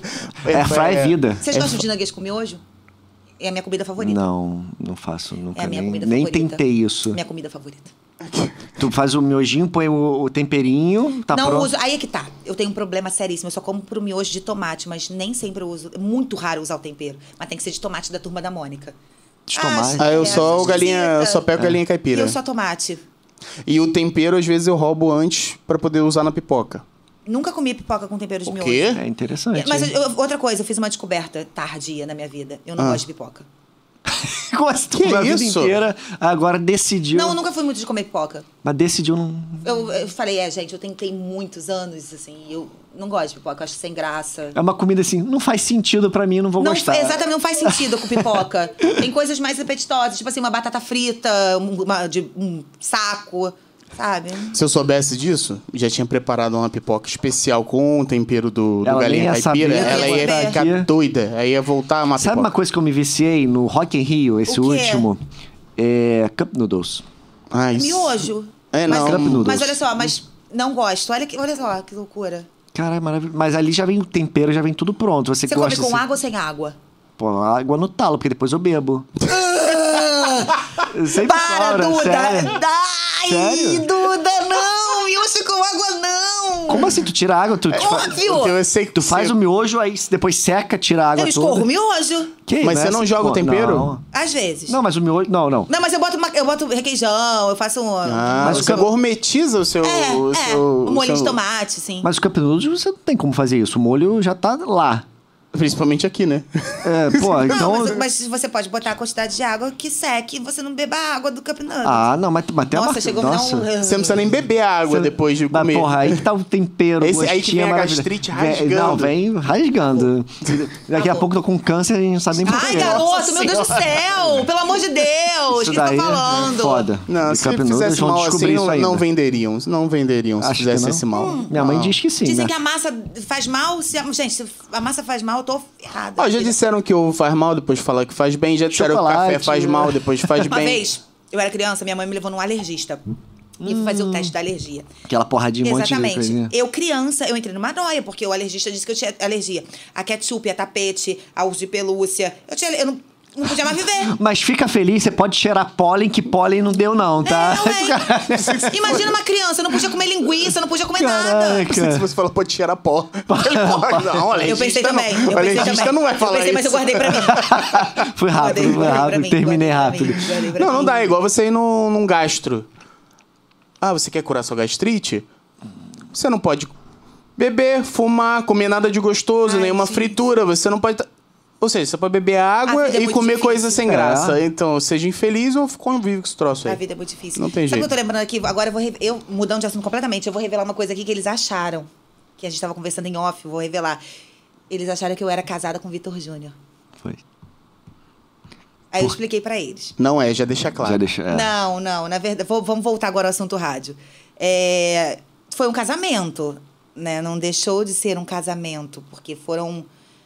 É, fry é vida. Vocês gostam de nuggets com miojo? É a minha comida favorita. Não, não faço nunca. É a minha nem comida nem favorita. tentei isso. Minha comida favorita. Tu faz o miojinho, põe o, o temperinho, tá não pronto. uso. Aí é que tá. Eu tenho um problema seríssimo. Eu só como pro miojo de tomate, mas nem sempre eu uso. É muito raro usar o tempero. Mas tem que ser de tomate da turma da Mônica. De tomate. Ah, Ah, eu É, só esquisita. galinha, eu só pego galinha caipira. Eu só tomate. E o tempero, às vezes, eu roubo antes pra poder usar na pipoca. Nunca comi pipoca com tempero de O miojo. quê? É interessante. Mas hein? eu- outra coisa, eu fiz uma descoberta tardia na minha vida. Eu não Ah. gosto de pipoca. Como assim, tu Que comeu a vida isso? inteira, agora decidiu. Não, eu nunca fui muito de comer pipoca. Mas decidiu não. Eu, eu falei, é, gente, eu tentei muitos anos, assim, eu não gosto de pipoca, eu acho sem graça. É uma comida assim, não faz sentido pra mim, não vou Não, gostar. exatamente, não faz sentido com pipoca. Tem coisas mais apetitosas, tipo assim, uma batata frita, um, uma, de, um saco, sabe? Se eu soubesse disso, já tinha preparado uma pipoca especial com o tempero do, do Ela nem galinha ia caipira. saber Ela que ia ia ficar aqui. doida. Aí ia voltar uma Sabe pipoca. uma coisa que eu me viciei no Rock in Rio, esse O quê? último? É Cup Noodles. Ah, isso. Miojo. É, mas, não. Cup noodles. mas olha só, mas não gosto. Olha, que, olha só que loucura. Cara, é maravilhoso. Mas ali já vem o tempero, já vem tudo pronto. Você, Você come gosta com assim, água ou sem água? Pô, água no talo, porque depois eu bebo. Sempre Para, sobra, Duda! sério. Ai, Sério? Duda, não! Miojo com água, não! Como assim? Tu tira a água, tu, tu, fa- Óbvio! Porque eu sei que tu faz você- o miojo, aí depois seca, tira a água Eu toda. escorro o miojo. Que Mas isso? você não Essa- joga o Pô, tempero? Não. Às vezes. Não, mas o miojo... Não, não. Não, mas eu boto, uma, eu boto requeijão, eu faço um... Ah, Mas mas o você cap- gourmetiza o seu... é, o é, seu, um molho o de seu- tomate, assim. Mas o Cup Noodles você não tem como fazer isso. O molho já tá lá. Principalmente aqui, né? É, pô, Não, então... mas, mas você pode botar a quantidade de água que seque e você não beba a água do Cup Noodles. Ah, não, mas, mas tem Nossa, uma... chegou Nossa. a me dar um... Você não precisa nem beber a água Você- depois de Mas, comer. porra, aí que tá o tempero, Esse o aí que vem gostinho a maravilhoso. gastrite Vem- rasgando. Não, vem rasgando. Daqui a bom. pouco eu tô com câncer e a gente não sabe nem por Ai, quê. garoto, meu Deus do céu! Pelo amor de Deus! O que Isso você tá daí é falando? foda. Não, E se Cup Noodles fizesse vão mal descobrir assim, isso não, ainda. não venderiam. Não venderiam se Acho que fizesse não. esse mal. Hum. Minha mãe Não. diz que sim, Dizem né? que a massa faz mal. Se a, gente, se a massa faz mal, eu tô ferrada. Ó, já disseram que o faz mal, depois fala que faz bem. Já disseram que o Chocolate, café faz né? mal, depois faz Uma bem. vez, eu era criança, minha mãe me levou num alergista. E fui fazer o teste da alergia. Aquela porradinha, um monte de Exatamente. coisinha. Eu, criança, eu entrei numa noia, porque o alergista disse que eu tinha alergia a ketchup, a tapete, a urso de pelúcia. Eu, tinha, eu não, não podia mais viver. Mas fica feliz, você pode cheirar pólen, que pólen não deu não, tá? Não, é. Imagina uma criança, eu não podia comer linguiça, eu não podia comer nada. Se você fala, pode cheirar pó. Ele pode. Não, alergista Eu pensei também. Não. Eu O pensei alergista também. não vai falar eu pensei, isso. mas eu guardei pra mim. Foi rápido, Guardei, foi guardei rápido, pra mim, terminei guardei pra rápido. mim, guardei pra Não, não mim. dá. É igual você ir num, num gastro. Ah, você quer curar sua gastrite? Você não pode beber, fumar, comer nada de gostoso, Ai, nenhuma gente. fritura. Você não pode... Ou seja, você pode beber água A vida é e muito comer difícil. coisa sem É. graça. Então, seja infeliz ou convive com esse troço aí. A vida é muito difícil. Não tem Sabe o jeito. que eu tô lembrando aqui? Agora eu vou... re- Eu, mudando de assunto completamente, eu vou revelar uma coisa aqui que eles acharam. Que a gente tava conversando em off, eu vou revelar. Eles acharam que eu era casada com o Vitor Júnior. Foi. Aí eu expliquei pra eles. Não é, já deixa claro. Já deixa... é. Não, não, na verdade... vou- vamos voltar agora ao assunto rádio. É, foi um casamento, né? Não deixou de ser um casamento, porque foram...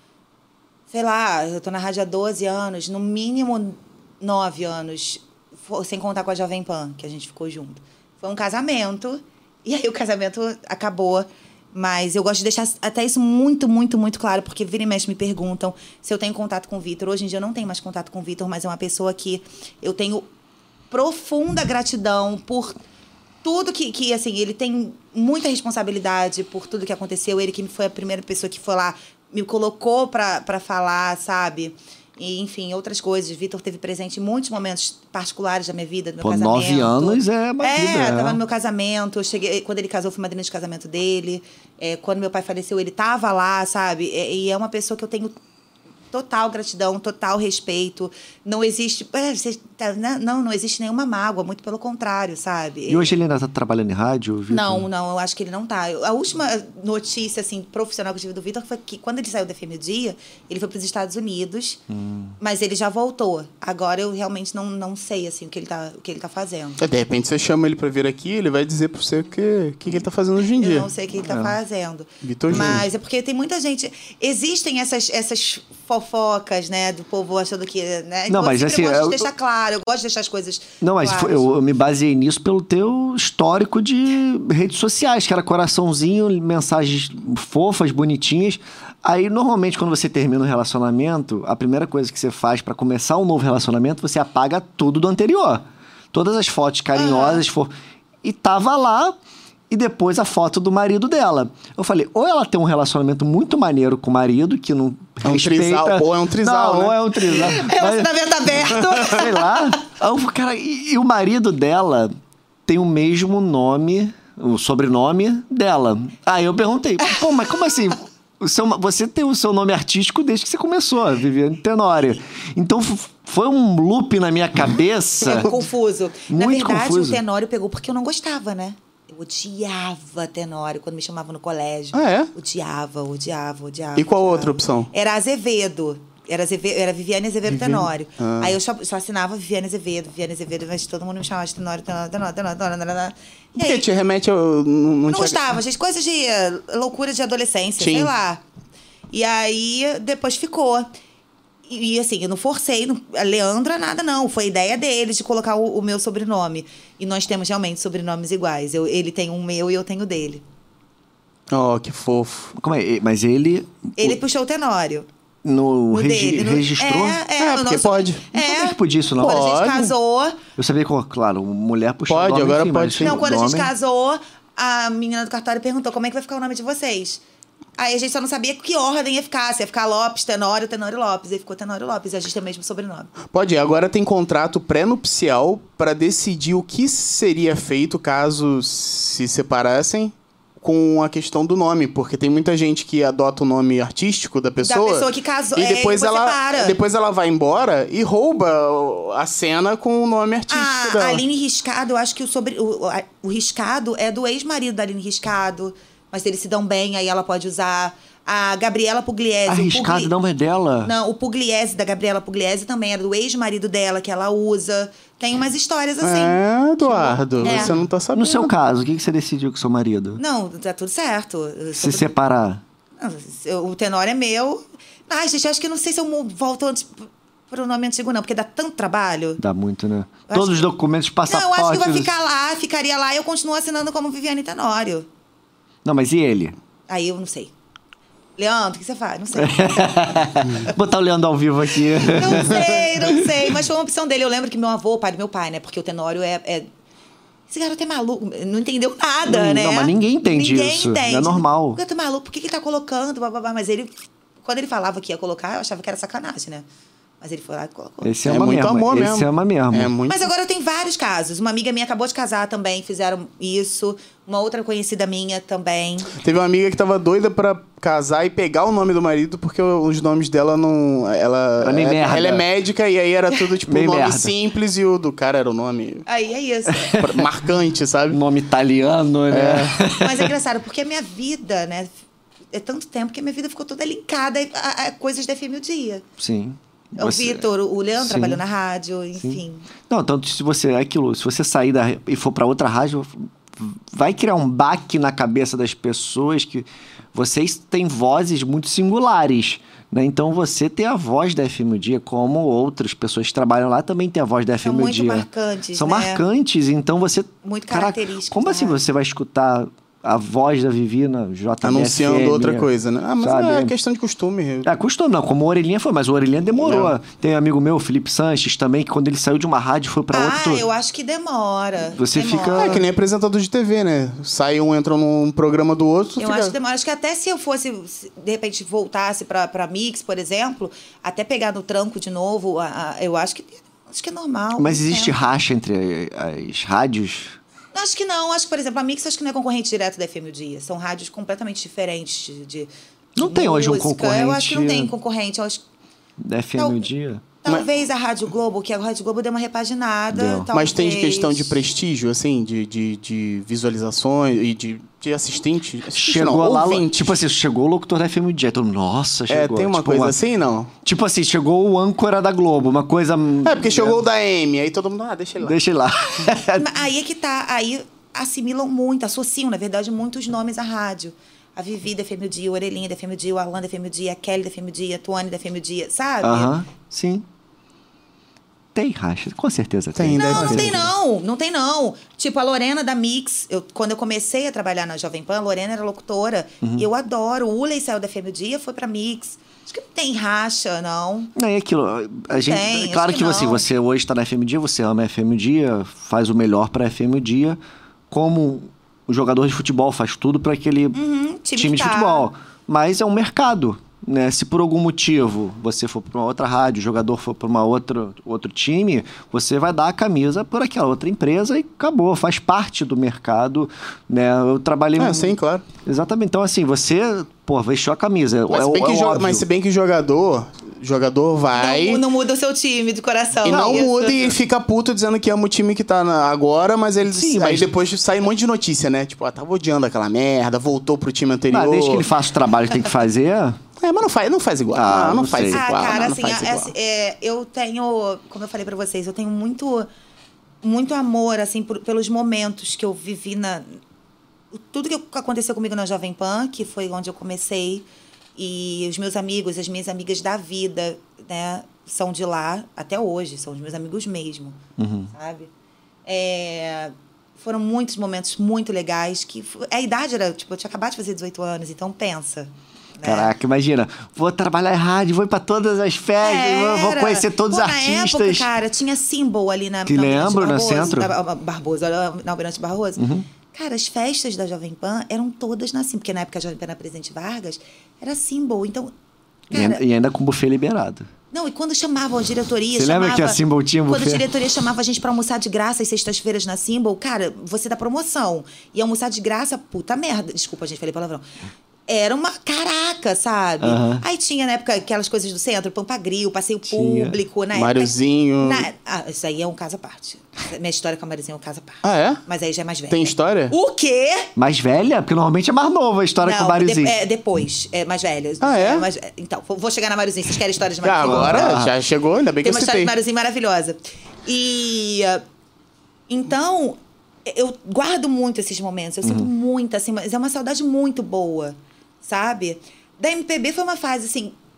Sei lá, eu tô na rádio há doze anos, no mínimo nove anos, fo- sem contar com a Jovem Pan, que a gente ficou junto. Foi um casamento, e aí o casamento acabou. Mas eu gosto de deixar até isso muito, muito, muito claro, porque vira e mexe me perguntam se eu tenho contato com o Vitor. Hoje em dia eu não tenho mais contato com o Vitor, mas é uma pessoa que eu tenho profunda gratidão por tudo que, que, assim, ele tem muita responsabilidade por tudo que aconteceu. Ele que foi a primeira pessoa que foi lá, me colocou pra, pra falar, sabe? E, enfim, outras coisas. Vitor teve presente em muitos momentos particulares da minha vida, do meu Pô, casamento. nove anos é uma vida, É, é. tava no meu casamento. Eu cheguei, quando ele casou, fui madrinha de casamento dele. É, quando meu pai faleceu, ele tava lá, sabe? E, e é uma pessoa que eu tenho total gratidão, total respeito. Não existe... é, você tá- né? Não, não existe nenhuma mágoa. Muito pelo contrário, sabe? E hoje ele ainda tá trabalhando em rádio, Vitor? Não, não, eu acho que ele não tá. Eu- A última notícia, assim, profissional que eu tive do Vitor foi que quando ele saiu da F M Dia, ele foi para os Estados Unidos, Hum. mas ele já voltou. Agora eu realmente não, não sei, assim, o que ele tá, o que ele tá fazendo. De repente você chama ele pra vir aqui, ele vai dizer pra você o que, que, que ele tá fazendo hoje em Eu dia. não sei o que ele tá fazendo. Vitor Júnior. Mas é porque tem muita gente... Existem essas, essas fofocas, né, do povo achando que... Né? Não, eu mas, sempre assim, gosto eu- de deixar claro, eu gosto de deixar as coisas Não, mas claras. foi- eu, eu me baseei nisso pelo teu histórico de redes sociais, que era coraçãozinho, mensagens fofas, bonitinhas. Aí, normalmente, quando você termina um relacionamento, a primeira coisa que você faz pra começar um novo relacionamento, você apaga tudo do anterior. Todas as fotos carinhosas. For... E tava lá, e depois a foto do marido dela. Eu falei, ou ela tem um relacionamento muito maneiro com o marido, que não É um respeita... trisal, ou é um trisal, Não, né? ou é um trisal. Mas- Relacionamento aberto. sei lá. Aí eu falei, cara, e, e o marido dela tem o mesmo nome, o sobrenome dela. Aí eu perguntei, pô, mas como assim? O seu, você tem o seu nome artístico desde que você começou, Viviane Tenório. Então f- foi um loop na minha cabeça. É confuso. Na Muito verdade, confuso. o Tenório pegou porque eu não gostava, né? Eu odiava Tenório quando me chamavam no colégio. Ah, é? Odiava, odiava, odiava. E qual odiava. outra opção? Era Azevedo. Era, Azeve... era Viviane Azevedo Viviane? Tenório. Ah. Aí eu só, só assinava Viviane Azevedo, Viviane Azevedo, mas todo mundo me chamava de Tenório, Tenório, Tenório, Tenório, Tenório, Tenório. E Porque aí, te remete ao... Não, não não tinha- gostava, gente. Coisas de eh, loucura de adolescência, Sim. sei lá. E aí, depois ficou. E, e, assim, eu não forcei, não, a Leandra nada não. Foi ideia deles de colocar o, o meu sobrenome. E nós temos realmente sobrenomes iguais. Eu, ele tem um meu e eu tenho o dele. Oh, que fofo. Como é? Mas ele, Ele puxou o Tenório. no, No regi- dele. no- registrou? É, é, É, o porque nosso- pode. Não sabia É. que podia isso, não. Quando a Pode. gente casou. Eu sabia que, claro, mulher puxou Pode, o nome, agora enfim, pode mas sim. Não, quando a gente nome- casou, a menina do cartório perguntou como é que vai ficar o nome de vocês. Aí a gente só não sabia que ordem ia ficar. Se ia ficar Lopes, Tenório, Tenório Lopes. Aí ficou Tenório Lopes. E a gente tem o mesmo sobrenome. Pode, agora tem contrato pré-nupcial pra decidir o que seria feito caso se separassem com a questão do nome, porque tem muita gente que adota o nome artístico da pessoa. Da pessoa que casou. E é, depois e depois ela, separa. depois ela vai embora e rouba a cena com o nome artístico A dela. Aline Riscado, eu acho que o, sobre, o, a- o Riscado é do ex-marido da Aline Riscado. Mas eles se dão bem, aí ela pode usar. A Gabriela Pugliese. o Arriscado Pugli- não é dela. Não, o Pugliese, da Gabriela Pugliese, também era do ex-marido dela, que ela usa. Tem umas histórias assim. É, Eduardo, É. você não tá sabendo. No seu caso, o que que você decidiu com seu marido? Não, tá tudo certo. Se Sobre- separar. Não, eu- o Tenório é meu. Ai, gente, eu acho que eu não sei se eu mo- volto antes. pro nome antigo, não, porque dá tanto trabalho. Dá muito, né? Eu Todos os que... documentos, passaportes... Não, eu acho que eu vou ficar lá, ficaria lá e eu continuo assinando como Viviane Tenório. Não, mas e ele? Aí eu não sei. Leandro, o que você faz? Não sei. Botar o Leandro ao vivo aqui. Não sei, não sei. Mas foi uma opção dele. Eu lembro que meu avô, o pai do meu pai, né? Porque o Tenório é... é... Esse garoto é maluco. Não entendeu nada, não, né? Não, mas ninguém entende ninguém isso. Entende. É normal. O garoto é maluco. Por que, que ele tá colocando? Blá, blá, blá. Mas ele... Quando ele falava que ia colocar, eu achava que era sacanagem, né? Mas ele foi lá e colocou. Esse É ama muito mesmo. amor Esse mesmo. ama mesmo. É muito... Mas agora tem vários casos. Uma amiga minha acabou de casar também, fizeram isso. Uma outra conhecida minha também. Teve uma amiga que tava doida pra casar e pegar o nome do marido, porque os nomes dela não... Ela, Era meio é, merda. ela é médica e aí era tudo, tipo, um Meio nome merda. simples e o do cara era o nome Aí é isso. marcante, sabe? Nome italiano, né? Mas é engraçado, porque a minha vida, né? É tanto tempo que a minha vida ficou toda linkada a, a coisas da F M o Dia. Sim. O Você- Vitor, o Leandro Sim. trabalhou na rádio, enfim. Não, tanto se você... É aquilo. Se você sair da, e for pra outra rádio, vai criar um baque na cabeça das pessoas que vocês têm vozes muito singulares, né? Então, você tem a voz da F M o Dia, como outras pessoas que trabalham lá também têm a voz da F M o São Dia. muito marcantes, São né? marcantes, então você... Muito Caraca, características como da assim rádio. você vai escutar a voz da Vivi na J B F M? Anunciando outra coisa, né? Ah, mas sabe? é questão de costume. É, custou não, como o Orelhinha foi, mas o Orelhinha demorou. Não. Tem um amigo meu, Felipe Sanches, também, que quando ele saiu de uma rádio foi pra Ah, outro... eu acho que demora. Você demora. fica- É que nem apresentador de T V, né? Sai um, entra num programa do outro, Eu fica... acho que demora. Acho que até se eu fosse, se, de repente, voltasse pra, pra Mix, por exemplo, até pegar no tranco de novo, a- a- eu acho que, acho que é normal. Mas muito existe tempo. racha entre as rádios? Acho que não. Acho que, por exemplo, a Mix acho que não é concorrente direto da F M o Dia. São rádios completamente diferentes de, de Não de tem hoje um música. concorrente- Eu acho que não tem concorrente. Eu acho, Da F M Tal- o Dia? talvez a Rádio Globo, que a Rádio Globo deu uma repaginada. Deu. Talvez. Mas tem de questão de prestígio, assim, de, de, de visualizações e de, de assistente. assistente Chegou não, lá, ouvinte. tipo assim, chegou o locutor da F M o Dia. Todo mundo, nossa, É, chegou. tem uma Tipo, coisa assim, não? Tipo assim, chegou o âncora da Globo, uma coisa... É, porque chegou o da M, aí todo mundo, ah, deixa ele lá. Deixa ele lá. Mas aí é que tá. Aí assimilam muito, associam, na verdade, muitos nomes à rádio. A Vivi da F M o Dia, o Orelhinha da F M o Dia, o Alan da F M o Dia, a Kelly da F M o Dia, a Tuane da F M o Dia, sabe? Aham, sim. Tem racha, com certeza tem. Tem, Não, deve não ter. tem não, não tem não. Tipo, a Lorena da Mix, eu, quando eu comecei a trabalhar na Jovem Pan, a Lorena era locutora. Uhum. E eu adoro. O Uley saiu da F M o Dia, foi pra Mix. Acho que não tem racha, não. Não, é aquilo. A gente, tem, é claro acho que, que você, não. você hoje está na F M o Dia, você ama a F M o Dia, faz o melhor para a F M o Dia, como o jogador de futebol faz tudo para aquele Uhum, time time que de tá. futebol. Mas é um mercado, né? Se por algum motivo você for para uma outra rádio, o jogador for para uma outra outro time, você vai dar a camisa por aquela outra empresa e acabou, faz parte do mercado, né? Eu trabalhei Ah, sim, claro. Exatamente. Então assim, você, pô, vestiu a camisa. Mas é, se bem é que, jo- óbvio. mas se bem que jogador, jogador vai... Não, não muda o seu time de coração. E não Isso. muda e fica puto dizendo que ama o time que tá na- agora, mas ele Sim, aí mas- depois sai um monte de notícia, né? Tipo, ah, tava odiando aquela merda, voltou pro time anterior. Ah, desde que ele faça o trabalho que tem que fazer. É, mas não faz, não faz igual. Ah, não, não não faz sei. Ah, igual. cara, não, não assim, faz é- igual. é, eu tenho, como eu falei pra vocês, eu tenho muito, muito amor, assim, por- pelos momentos que eu vivi na... Tudo que aconteceu comigo na Jovem Pan, que foi onde eu comecei, e os meus amigos, as minhas amigas da vida, né, são de lá até hoje, são os meus amigos mesmo, sabe? É, foram muitos momentos muito legais, que f- a idade era, tipo, eu tinha acabado de fazer dezoito anos, então pensa. Né? Caraca, imagina. Vou trabalhar em rádio, vou ir pra todas as festas, vou- vou Era. conhecer todos Pô, os na artistas. época, cara, tinha Symbol ali na, Que na Almirante lembro, no Barroso, centro. Uhum. Na, Barboso, na Almirante Barroso. Cara, as festas da Jovem Pan eram todas na Symbol, porque na época a Jovem Pan era Presidente Vargas, era Symbol. Então, E cara... ainda- e ainda com buffet liberado. Não, e quando chamavam a diretoria... Você lembra chamava, que a Symbol tinha Quando buffet? a diretoria chamava a gente pra almoçar de graça às sextas-feiras na Symbol, cara, você dá promoção. E almoçar de graça, puta merda. Desculpa, gente, falei palavrão. Era uma caraca, sabe? Aham. Aí tinha, na época, aquelas coisas do centro, Pampagril, passeio Tinha. público, né? Máriozinho. Na- Ah, isso aí é um caso à parte. Minha história com a Mariozinho é um caso à parte. Ah, é? Mas aí já é mais velha. Tem história? O quê? Mais velha? Porque normalmente é mais nova a história com o Não, Mariozinho. de- é depois. É mais velha. Ah, é? mais- Então, vou vou chegar na Mariozinho. Vocês querem história de Ah, Mariozinho? agora Ah. já chegou, ainda bem que Tem eu uma história citei. de Mariozinho maravilhosa. E... ah, Então, eu guardo muito esses momentos. Eu sinto Uhum. muito, assim, mas é uma saudade muito boa, sabe? Da M P B foi uma fase, assim...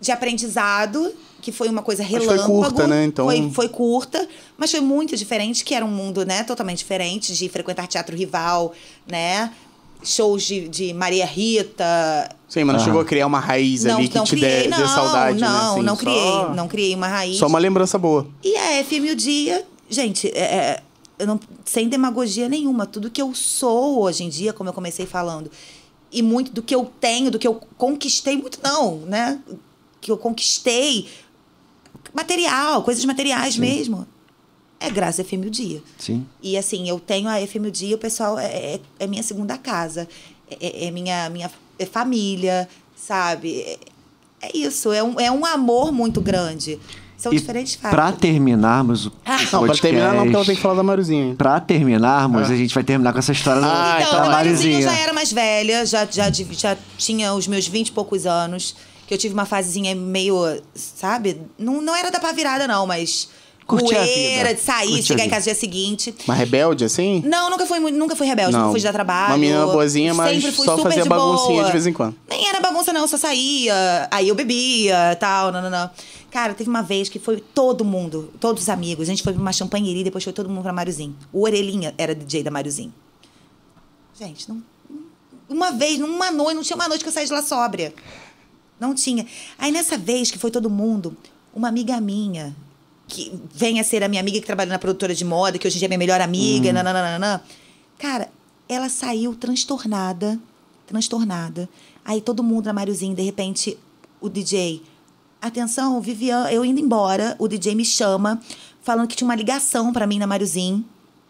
de aprendizado, que foi uma coisa Mas relâmpago. foi curta, né? Então... Foi, foi curta, mas foi muito diferente, que era um mundo, né, totalmente diferente, de frequentar teatro rival, né? Shows de, de Maria Rita. Sim, mas não Ah. chegou a criar uma raiz Não, ali que não te criei, dê, não, dê saudade, né? não, Assim, não só- criei, não criei uma raiz. Só uma lembrança boa. E a F M o Dia, gente, é, é, eu não, sem demagogia nenhuma, tudo que eu sou hoje em dia, como eu comecei falando, e muito do que eu tenho, do que eu conquistei, muito não, né? Que eu conquistei, material, coisas materiais mesmo, é graças à F M o Dia. Sim. E assim, eu tenho a F M o Dia, o pessoal é, é, é minha segunda casa, é, é minha, minha é família, sabe? É, é isso, é um, é um amor muito grande. São E diferentes fatos. pra terminarmos o Ah. Não, pra podcast, terminar não, porque ela tem que falar da Marizinha. Pra terminarmos, Ah. a gente vai terminar com essa história Ah, da, Então, da a Marizinha Marizinha. já era mais velha, já, já, div- já tinha os meus vinte e poucos anos, que eu tive uma fasezinha meio, sabe? Não, não era da pá virada, não, mas Curtir a poeira, vida. de sair, Curtir a chegar em vida. casa no dia seguinte. Uma rebelde, assim? Não, nunca fui, muito- nunca fui rebelde, Não. nunca fui de dar trabalho. Uma menina boazinha, mas Sempre fui só super fazia de baguncinha boa. de vez em quando. Nem era bagunça, não, só saía, aí eu bebia, tal, não, não, não. Cara, teve uma vez que foi todo mundo, todos os amigos, a gente foi pra uma champanheria e depois foi todo mundo pra Mariozinho. O Orelhinha era D J da Mariozinho. Gente, não, uma vez, numa noite, não tinha uma noite que eu saí de lá sóbria. Não tinha. Aí nessa vez que foi todo mundo, uma amiga minha, que vem a ser a minha amiga que trabalha na produtora de moda, que hoje em dia é minha melhor amiga, Uhum. nananana. Cara, ela saiu transtornada, transtornada. Aí todo mundo na Mariozinho, de repente, o D J... Atenção, Viviane, eu indo embora, o D J me chama, falando que tinha uma ligação pra mim na Mariozinho.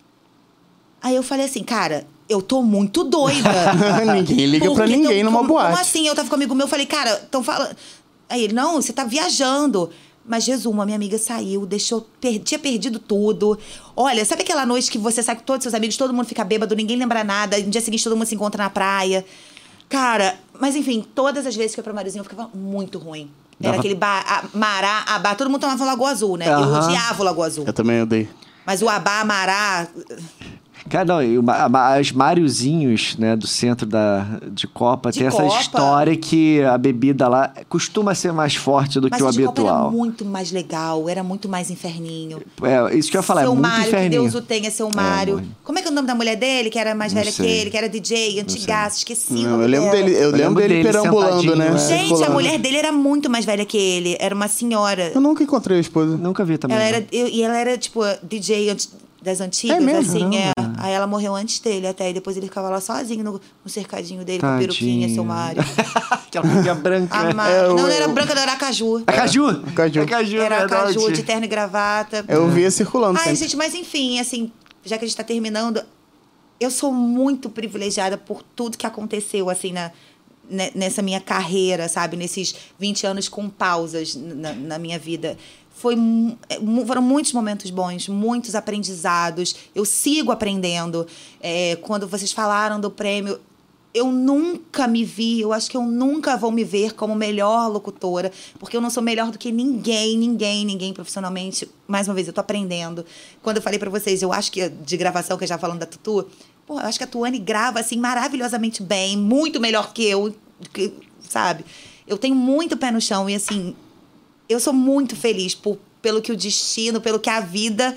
Aí eu falei assim, cara, eu tô muito doida. Ninguém liga pra Porque ninguém tão- numa como, boate. Como assim? Eu tava com um amigo meu, eu falei, cara, estão falando... Aí ele, não, você tá viajando. Mas, resumo, a minha amiga saiu, deixou, per... tinha perdido tudo. Olha, sabe aquela noite que você sai com todos os seus amigos, todo mundo fica bêbado, ninguém lembra nada, e no dia seguinte todo mundo se encontra na praia. Cara, mas enfim, todas as vezes que eu ia pra Marizinho eu ficava muito ruim. Era Dava- aquele ba a, mará, abá, todo mundo tomava o Lagoa Azul, né? Eu Aham. odiava o Lagoa Azul. Eu também odeio. Mas o abá, mará... Cara, não, e o ma- ma- as Mariozinhos, né, do centro da, de Copa, De tem essa Copa. história que a bebida lá costuma ser mais forte do Mas que o o de Copa era habitual. muito mais legal, era muito mais inferninho. É, isso que eu ia falar, seu é muito Mário, que inferninho. Deus o tenha, seu Mário. mãe. Como é que é o nome da mulher dele, que era mais Não velha que sei. ele, que era D J, antigaço, esqueci o Não, nome eu lembro dela. dele, eu, lembro lembro dele dele perambulando, né? sentadinho, é. Gente, a circulando. mulher dele era muito mais velha que ele. Era uma senhora. Eu nunca encontrei a esposa. Nunca vi também. Ela não. era, eu- e ela era, tipo, D J anti- das antigas, É mesmo? assim, é. Caramba. Aí ela morreu antes dele até. E depois ele ficava lá sozinho no, no cercadinho dele, com Tadinho. peruquinha, seu Mário. Aquela filha branca. A né? Ma- É, não, eu- não era branca, não era caju. A Caju? Caju. A Caju, Era verdade. caju, de terno e gravata. Eu via circulando Ai, sempre. gente, mas enfim, assim, já que a gente tá terminando, eu sou muito privilegiada por tudo que aconteceu, assim, na, ne- nessa minha carreira, sabe? Nesses vinte anos com pausas na, na minha vida. Foi, mu- é, mu- foram muitos momentos bons, muitos aprendizados. Eu sigo aprendendo. É, quando vocês falaram do prêmio, eu nunca me vi, eu acho que eu nunca vou me ver como melhor locutora, porque eu não sou melhor do que ninguém, ninguém, ninguém profissionalmente. Mais uma vez, eu tô aprendendo. Quando eu falei pra vocês, eu acho que de gravação, que eu já falando da Tutu, pô, eu acho que a Tuane grava, assim, maravilhosamente bem, muito melhor que eu, que- sabe? Eu tenho muito pé no chão e, assim, eu sou muito feliz por, pelo que o destino, pelo que a vida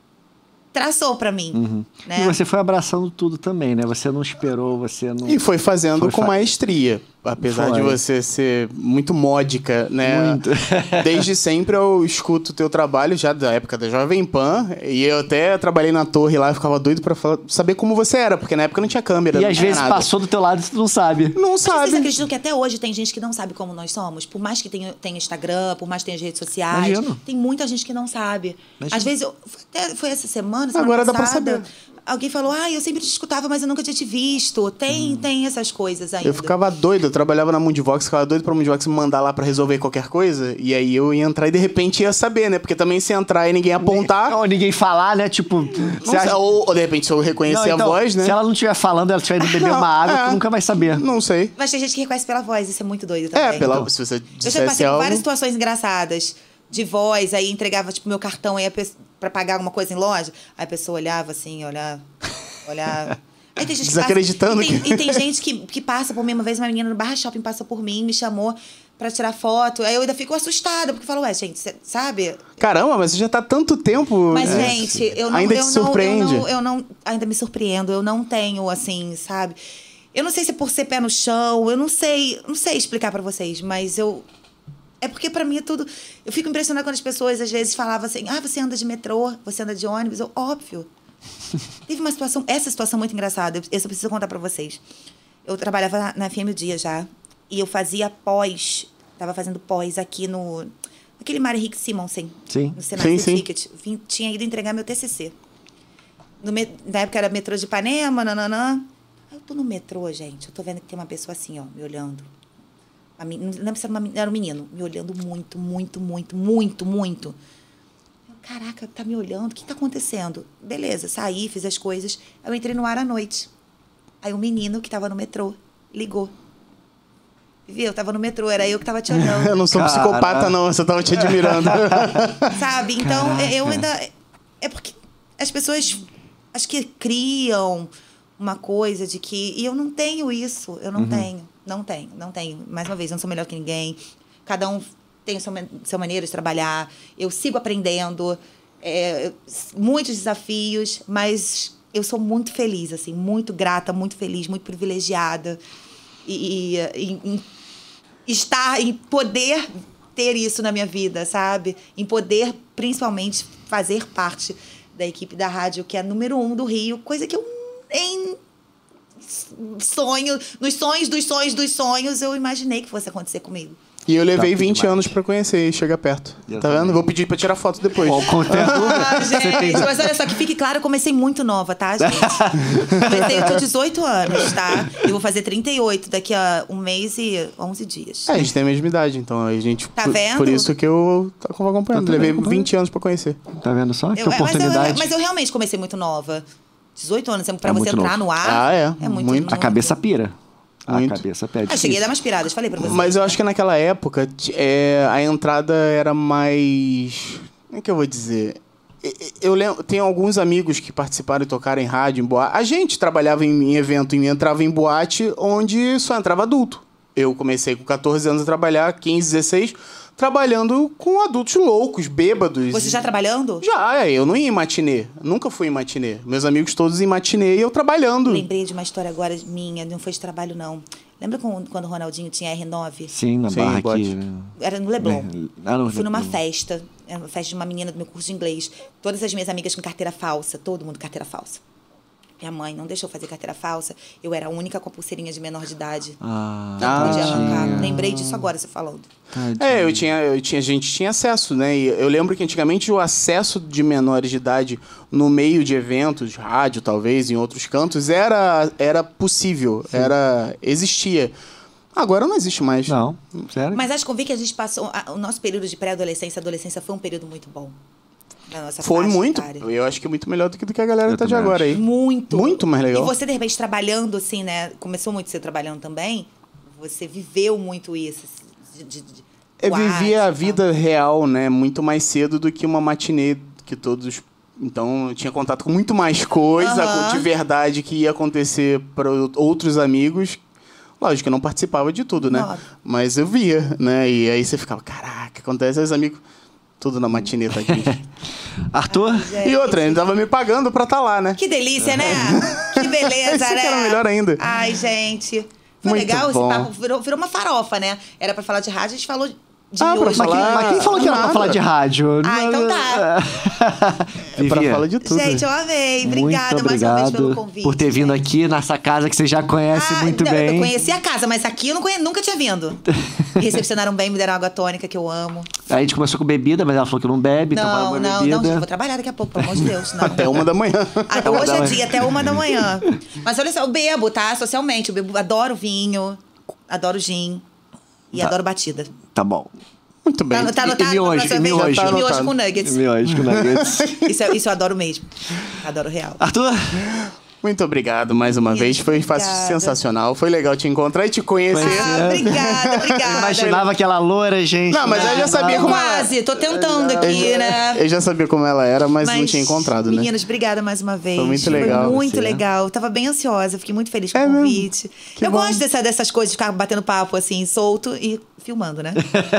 traçou pra mim, né? E você foi abraçando tudo também, né? Você não esperou, você não... E foi fazendo Foi com fa- maestria. Apesar Foi. de você ser muito módica, né? Muito. Desde sempre eu escuto o teu trabalho, já da época da Jovem Pan. E eu até trabalhei na torre lá, eu ficava doido pra falar- saber como você era. Porque na época não tinha câmera. E não às tinha vezes nada. passou do teu lado e tu não sabe. Não Mas vocês sabe. acreditam que até hoje tem gente que não sabe como nós somos? Por mais que tenha, tenha Instagram, por mais que tenha as redes sociais. Imagino. Tem muita gente que não sabe. Imagino. Às vezes, eu, até foi essa semana, semana Agora dá pra passada, saber. alguém falou, ah, eu sempre te escutava, mas eu nunca tinha te visto. Tem, tem essas coisas ainda. Eu ficava doido, eu trabalhava na Mundivox, ficava doido pra Mundivox me mandar lá pra resolver qualquer coisa. E aí eu ia entrar e de repente ia saber, né? Porque também se entrar e ninguém apontar. Ou ninguém falar, né? Tipo... não você sei, acha- ou, ou de repente se eu reconhecer Não, então, a voz, né? Se ela não estiver falando, ela estiver indo beber Não, uma água, é. tu nunca vai saber. Não sei. Mas tem gente que reconhece pela voz, isso é muito doido também. É, pela, Então. se você Eu já dissesse passei por algo... várias situações engraçadas de voz, aí entregava, tipo, meu cartão aí a pe- pra pagar alguma coisa em loja. Aí a pessoa olhava assim, olhava, olhava. Aí tem gente que Desacreditando passa, e, tem, que- e tem gente que, que passa por mim. Uma vez uma menina no Barra Shopping passou por mim, me chamou pra tirar foto. Aí eu ainda fico assustada, porque eu falo, ué, gente, cê, sabe? Caramba, mas você já tá tanto tempo... Mas, é, gente, eu não... ainda eu te não, surpreende? Eu não, eu não... Ainda me surpreendo. Eu não tenho, assim, sabe? Eu não sei se é por ser pé no chão. Eu não sei... Não sei explicar pra vocês, mas eu... É porque pra mim é tudo... Eu fico impressionada quando as pessoas, às vezes, falavam assim... Ah, você anda de metrô, você anda de ônibus. Eu, óbvio. Teve uma situação... Essa situação muito engraçada. Eu, eu só preciso contar pra vocês. Eu trabalhava na, na F M o Dia já. E eu fazia pós... Tava fazendo pós aqui no... Aquele Mário Henrique Simonsen. Sim. No Senado Sim, sim. Ticket. Vim, tinha ido entregar meu T C C. No me, na época era metrô de Ipanema, nananã. Aí eu tô no metrô, gente. Eu tô vendo que tem uma pessoa assim, ó, me olhando. A men- não lembro se era, uma, era um menino. Me olhando muito, muito, muito, muito, muito. Eu, caraca, tá me olhando. O que tá acontecendo? Beleza, saí, fiz as coisas. Aí eu entrei no ar à noite. Aí um menino que tava no metrô ligou. Viu? Eu tava no metrô, era eu que tava te olhando. Eu não sou Cara. psicopata, não. Eu só tava te admirando. Sabe? Então, Caraca. eu ainda... É porque as pessoas, acho que criam uma coisa de que... E eu não tenho isso. Eu não Uhum. tenho. Não tenho. Não tenho. Mais uma vez, eu não sou melhor que ninguém. Cada um tem a sua, ma- sua maneira de trabalhar. Eu sigo aprendendo. É, eu- muitos desafios. Mas eu sou muito feliz, assim. Muito grata, muito feliz, muito privilegiada. E, e, em- em estar, em poder ter isso na minha vida, sabe? Em poder, principalmente, fazer parte da equipe da rádio, que é a número um do Rio, coisa que eu nem sonho, nos sonhos dos sonhos dos sonhos, eu imaginei que fosse acontecer comigo. E eu levei Top vinte demais. anos pra conhecer e chega perto. Tá Exatamente. vendo? Vou pedir pra tirar foto depois. Qual qualquer dúvida? Ah, Você tem... gente, mas olha só, que fique claro, eu comecei muito nova, tá, gente? Comecei, eu tinha dezoito anos, tá? Eu vou fazer trinta e oito daqui a um mês e onze dias. É, a gente tem a mesma idade, então a gente... Tá por, vendo? Por isso que eu tô acompanhando. Eu também Levei acompanho. vinte anos pra conhecer. Tá vendo só? Que Eu- mas, eu, oportunidade. mas eu realmente comecei muito nova. dezoito anos, pra É você muito entrar novo. no ar. Ah, é. É muito, Muito. A cabeça pira. Muito. A cabeça pede. Ah, cheguei a dar umas piradas, falei pra você. Mas eu acho que naquela época t- é, a entrada era mais... Como é que eu vou dizer? E- e- Eu lembro, tenho alguns amigos que participaram e tocaram em rádio, em boate. A gente trabalhava em, em evento e entrava em boate onde só entrava adulto. Eu comecei com catorze anos a trabalhar, quinze, dezesseis, trabalhando com adultos loucos, bêbados. Você já trabalhando? Já, é, eu não ia em matinê. Nunca fui em matinê. Meus amigos todos em matinê e eu trabalhando. Lembrei de uma história agora minha, não foi de trabalho, não. Lembra quando, quando o Ronaldinho tinha R nove? Sim, na Sim, barra pode. aqui. né? Era no Leblon. Ah, não, Fui numa não. festa, era uma festa de uma menina do meu curso de inglês. Todas as minhas amigas com carteira falsa, todo mundo com carteira falsa. Minha mãe não deixou fazer carteira falsa. Eu era a única com a pulseirinha de menor de idade. Ah, Não podia arrancar. tadinha. Lembrei disso agora, você falando. Tadinha. É, eu tinha, eu tinha, a gente tinha acesso, né? E eu lembro que antigamente o acesso de menores de idade no meio de eventos, rádio talvez, em outros cantos, era, era possível, era existia. Agora não existe mais. Não, sério? Mas acho que eu vi que a gente passou... a- O nosso período de pré-adolescência, adolescência, foi um período muito bom. Na nossa Foi faixa muito. etária. Eu acho que é muito melhor do que, do que a galera Eu tá de também agora aí. Muito. Muito mais legal. E você, de repente, trabalhando, assim, né? Começou muito você trabalhando também. Você viveu muito isso. De, de, de Eu boate vivia e a tal. vida real, né? Muito mais cedo do que uma matinê que todos... Então, eu tinha contato com muito mais coisa Aham. de verdade que ia acontecer para outros amigos. Lógico que eu não participava de tudo, né? Não. Mas eu via, né? E aí você ficava, caraca, acontece, aí os amigos... Tudo na matinê tá aqui. Arthur? E outra, ele tava me pagando pra estar lá, né? Que delícia, né? Que beleza, Isso que né? era melhor ainda. Ai, gente. Foi Muito legal bom. esse papo. Virou, virou uma farofa, né? Era pra falar de rádio, a gente falou de Ah, pra hoje. Mas quem, falar- mas quem falou que era pra nada. falar de rádio? Ah, então tá. É pra Vivi, falar de tudo. Gente, eu amei. Obrigada muito mais uma obrigado vez pelo convite. por ter vindo gente. aqui nessa casa que você já conhece Ah, muito não, bem. Eu conheci a casa, mas aqui eu não conhe... nunca tinha vindo. Me recepcionaram bem, me deram água tônica, que eu amo. A gente começou com bebida, mas ela falou que não bebe, então não, parou não, uma não, bebida. gente, eu vou trabalhar daqui a pouco, pelo amor de Deus. Não. Até uma da manhã. Até uma hoje da é manhã. dia, até uma da manhã. Mas olha só, eu bebo, tá? Socialmente. Eu bebo, adoro vinho, adoro gin e Tá. adoro batida. Tá bom. Muito bem. Tá, tá E- e anotado? miojo, Na próxima e vez? miojo. E Tá miojo anotado. com nuggets. Miojo com nuggets. Isso, eu- isso eu adoro mesmo. Adoro real. Arthur, Muito obrigado mais uma Meninas, vez. Foi fácil, obrigada. sensacional. Foi legal te encontrar e te conhecer. Ah, obrigada, obrigada. Imaginava aquela loura, gente. Não, mas eu já sabia como ela... Quase, tô tentando aqui, eu, né? eu já sabia como ela era, mas, Mas, não tinha encontrado, né? Meninas, obrigada mais uma vez. Foi muito legal Foi muito você. legal. Tava bem ansiosa, fiquei muito feliz com É o mesmo? convite. Que Eu bom. gosto dessa, dessas coisas, de ficar batendo papo assim, solto e filmando, né?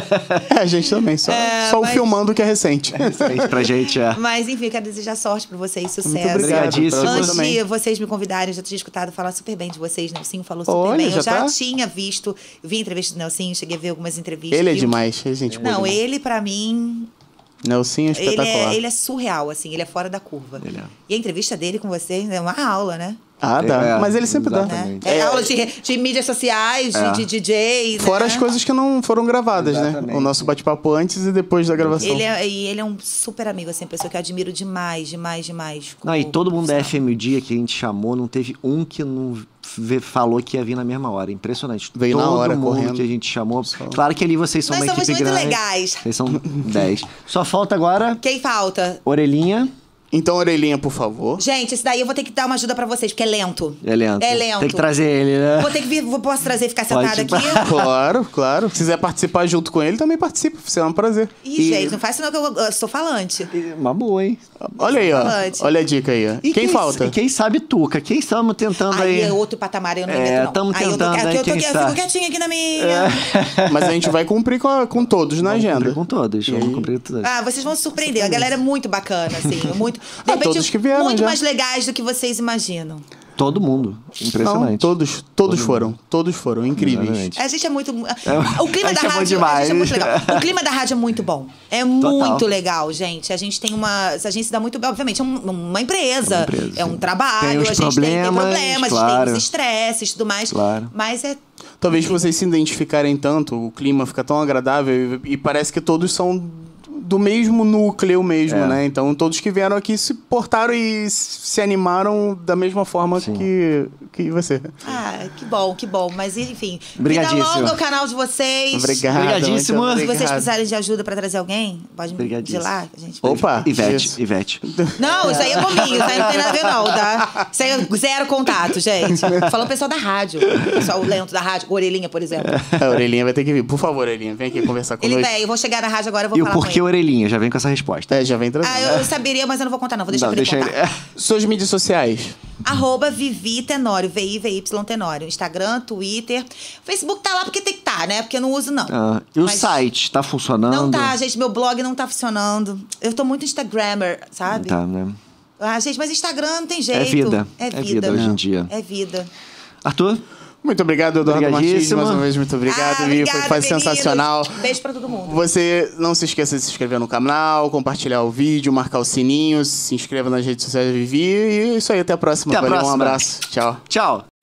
É, a gente também. Só, É, só mas- o filmando que é recente. Excelente pra gente, é. Mas, enfim, eu quero desejar sorte pra vocês, sucesso. Muito obrigado. Obrigadíssimo. pra você Antes também. de vocês me convidarem, eu já tinha escutado falar super bem de vocês. Nelsinho falou super Olha, bem. já Eu já tá? tinha visto, vi entrevista do Nelsinho, cheguei a ver algumas entrevistas. Ele é vi- demais. É gente boa Não, demais. ele, pra mim, Nelsinho é ele espetacular. é, ele é surreal, assim, ele é fora da curva. Ele é. E a entrevista dele com vocês é uma aula, né? Ah, dá. É, mas ele sempre dá. exatamente. É, aula de, de mídias sociais, É. de, de D J. Fora né? as coisas que não foram gravadas, né? Exatamente. O nosso bate-papo antes e depois da gravação. Ele é, e ele é um super amigo, assim, pessoa que eu admiro demais, demais, demais. Não, e como todo mundo da profissional. F M o dia que a gente chamou, não teve um que não vê- falou que ia vir na mesma hora. Impressionante. Veio todo na hora, mundo correndo. que a gente chamou. Claro que ali vocês são Nós uma somos equipe muito grande. legais. Vocês são dez. Só falta agora Quem falta? orelhinha. Então, orelhinha, por favor. Gente, esse daí eu vou ter que dar uma ajuda pra vocês, porque é lento. É lento. É lento. Tem que trazer ele, né? Vou ter que vir, vou, posso trazer e ficar Pode. sentada aqui? Claro, claro. Se quiser participar junto com ele, também participe. Será um prazer. Ih, E- gente, não faz isso não que eu, eu sou falante. Uma boa, hein? Olha aí, ó. Falante. Olha a dica aí, ó. E quem, falta? E quem sabe Tuca? Quem estamos tentando Aí aí? é outro patamar, eu não É, invento, não. tamo Aí eu, tô, tentando aqui aí, eu, tô, quem aqui, eu sabe. fico quietinha aqui na minha. Mas a gente vai cumprir com, a- com todos na Vamos agenda. cumprir com todos. E Vamos aí- cumprir com todos. Ah, vocês vão se surpreender. A galera é muito bacana, assim. Muito, de Ah, repente, todos que vieram muito já. mais legais do que vocês imaginam. Todo mundo. Impressionante. Não, todos, todos foram. Todos foram. Incríveis. Exatamente. A gente é muito. O clima a da gente é bom rádio. A demais. gente é muito legal. O clima da rádio é muito bom. É muito legal, gente. A gente tem uma. A gente se dá muito bem. Obviamente, é um- uma empresa. É uma empresa, É um sim. trabalho. Tem os a gente tem, tem problemas, problemas, claro. tem os estresses e tudo mais. Claro. Mas é. Talvez vocês se identificarem tanto, o clima fica tão agradável e, e parece que todos são do mesmo núcleo mesmo, É. né? Então todos que vieram aqui se portaram e se animaram da mesma forma Sim. que, que você. Ah, que bom, que bom. Mas enfim. Obrigadíssimo. Vida longa o canal de vocês. Obrigado. Obrigadíssimo. muito Se vocês obrigado. precisarem de ajuda pra trazer alguém, pode me Obrigadíssimo. de lá. A gente Opa! Ivete, isso. Ivete. Não, isso aí é comigo, isso aí não tem nada a ver, não, tá? Isso aí é zero contato, gente. Falou o pessoal da rádio. O pessoal lento da rádio, o Orelhinha, por exemplo. A Orelhinha vai ter que vir. Por favor, Orelhinha, vem aqui conversar Ele conosco. vem, eu vou chegar na rádio agora, eu vou E o falar porquê com ele. orelhinha? Já vem com essa resposta. É, já vem trazendo. Ah, eu, eu saberia, mas eu não vou contar, não. Vou deixar Não, pra ele deixa contar. ele. Suas mídias sociais. Arroba Vivi Tenório, V I V Y Tenório. Instagram, Twitter. Facebook tá lá porque tem que tá, né? Porque eu não uso, não. Ah, e o Mas site, tá funcionando? Não tá, gente. Meu blog não tá funcionando. Eu tô muito Instagrammer, sabe? Tá, né? Ah, gente, mas Instagram não tem jeito. É vida. É É vida. vida hoje em dia. É vida. Arthur? Muito obrigado, Eduardo Martins. Obrigadíssimo. Mais uma vez, muito obrigado, ah, Vi. obrigada, Foi, foi meninos. sensacional. Beijo pra todo mundo. Você não se esqueça de se inscrever no canal, compartilhar o vídeo, marcar o sininho, se inscreva nas redes sociais da Vivi. E é isso aí, até a próxima. Até a Valeu, um próxima. abraço. Tchau. Tchau.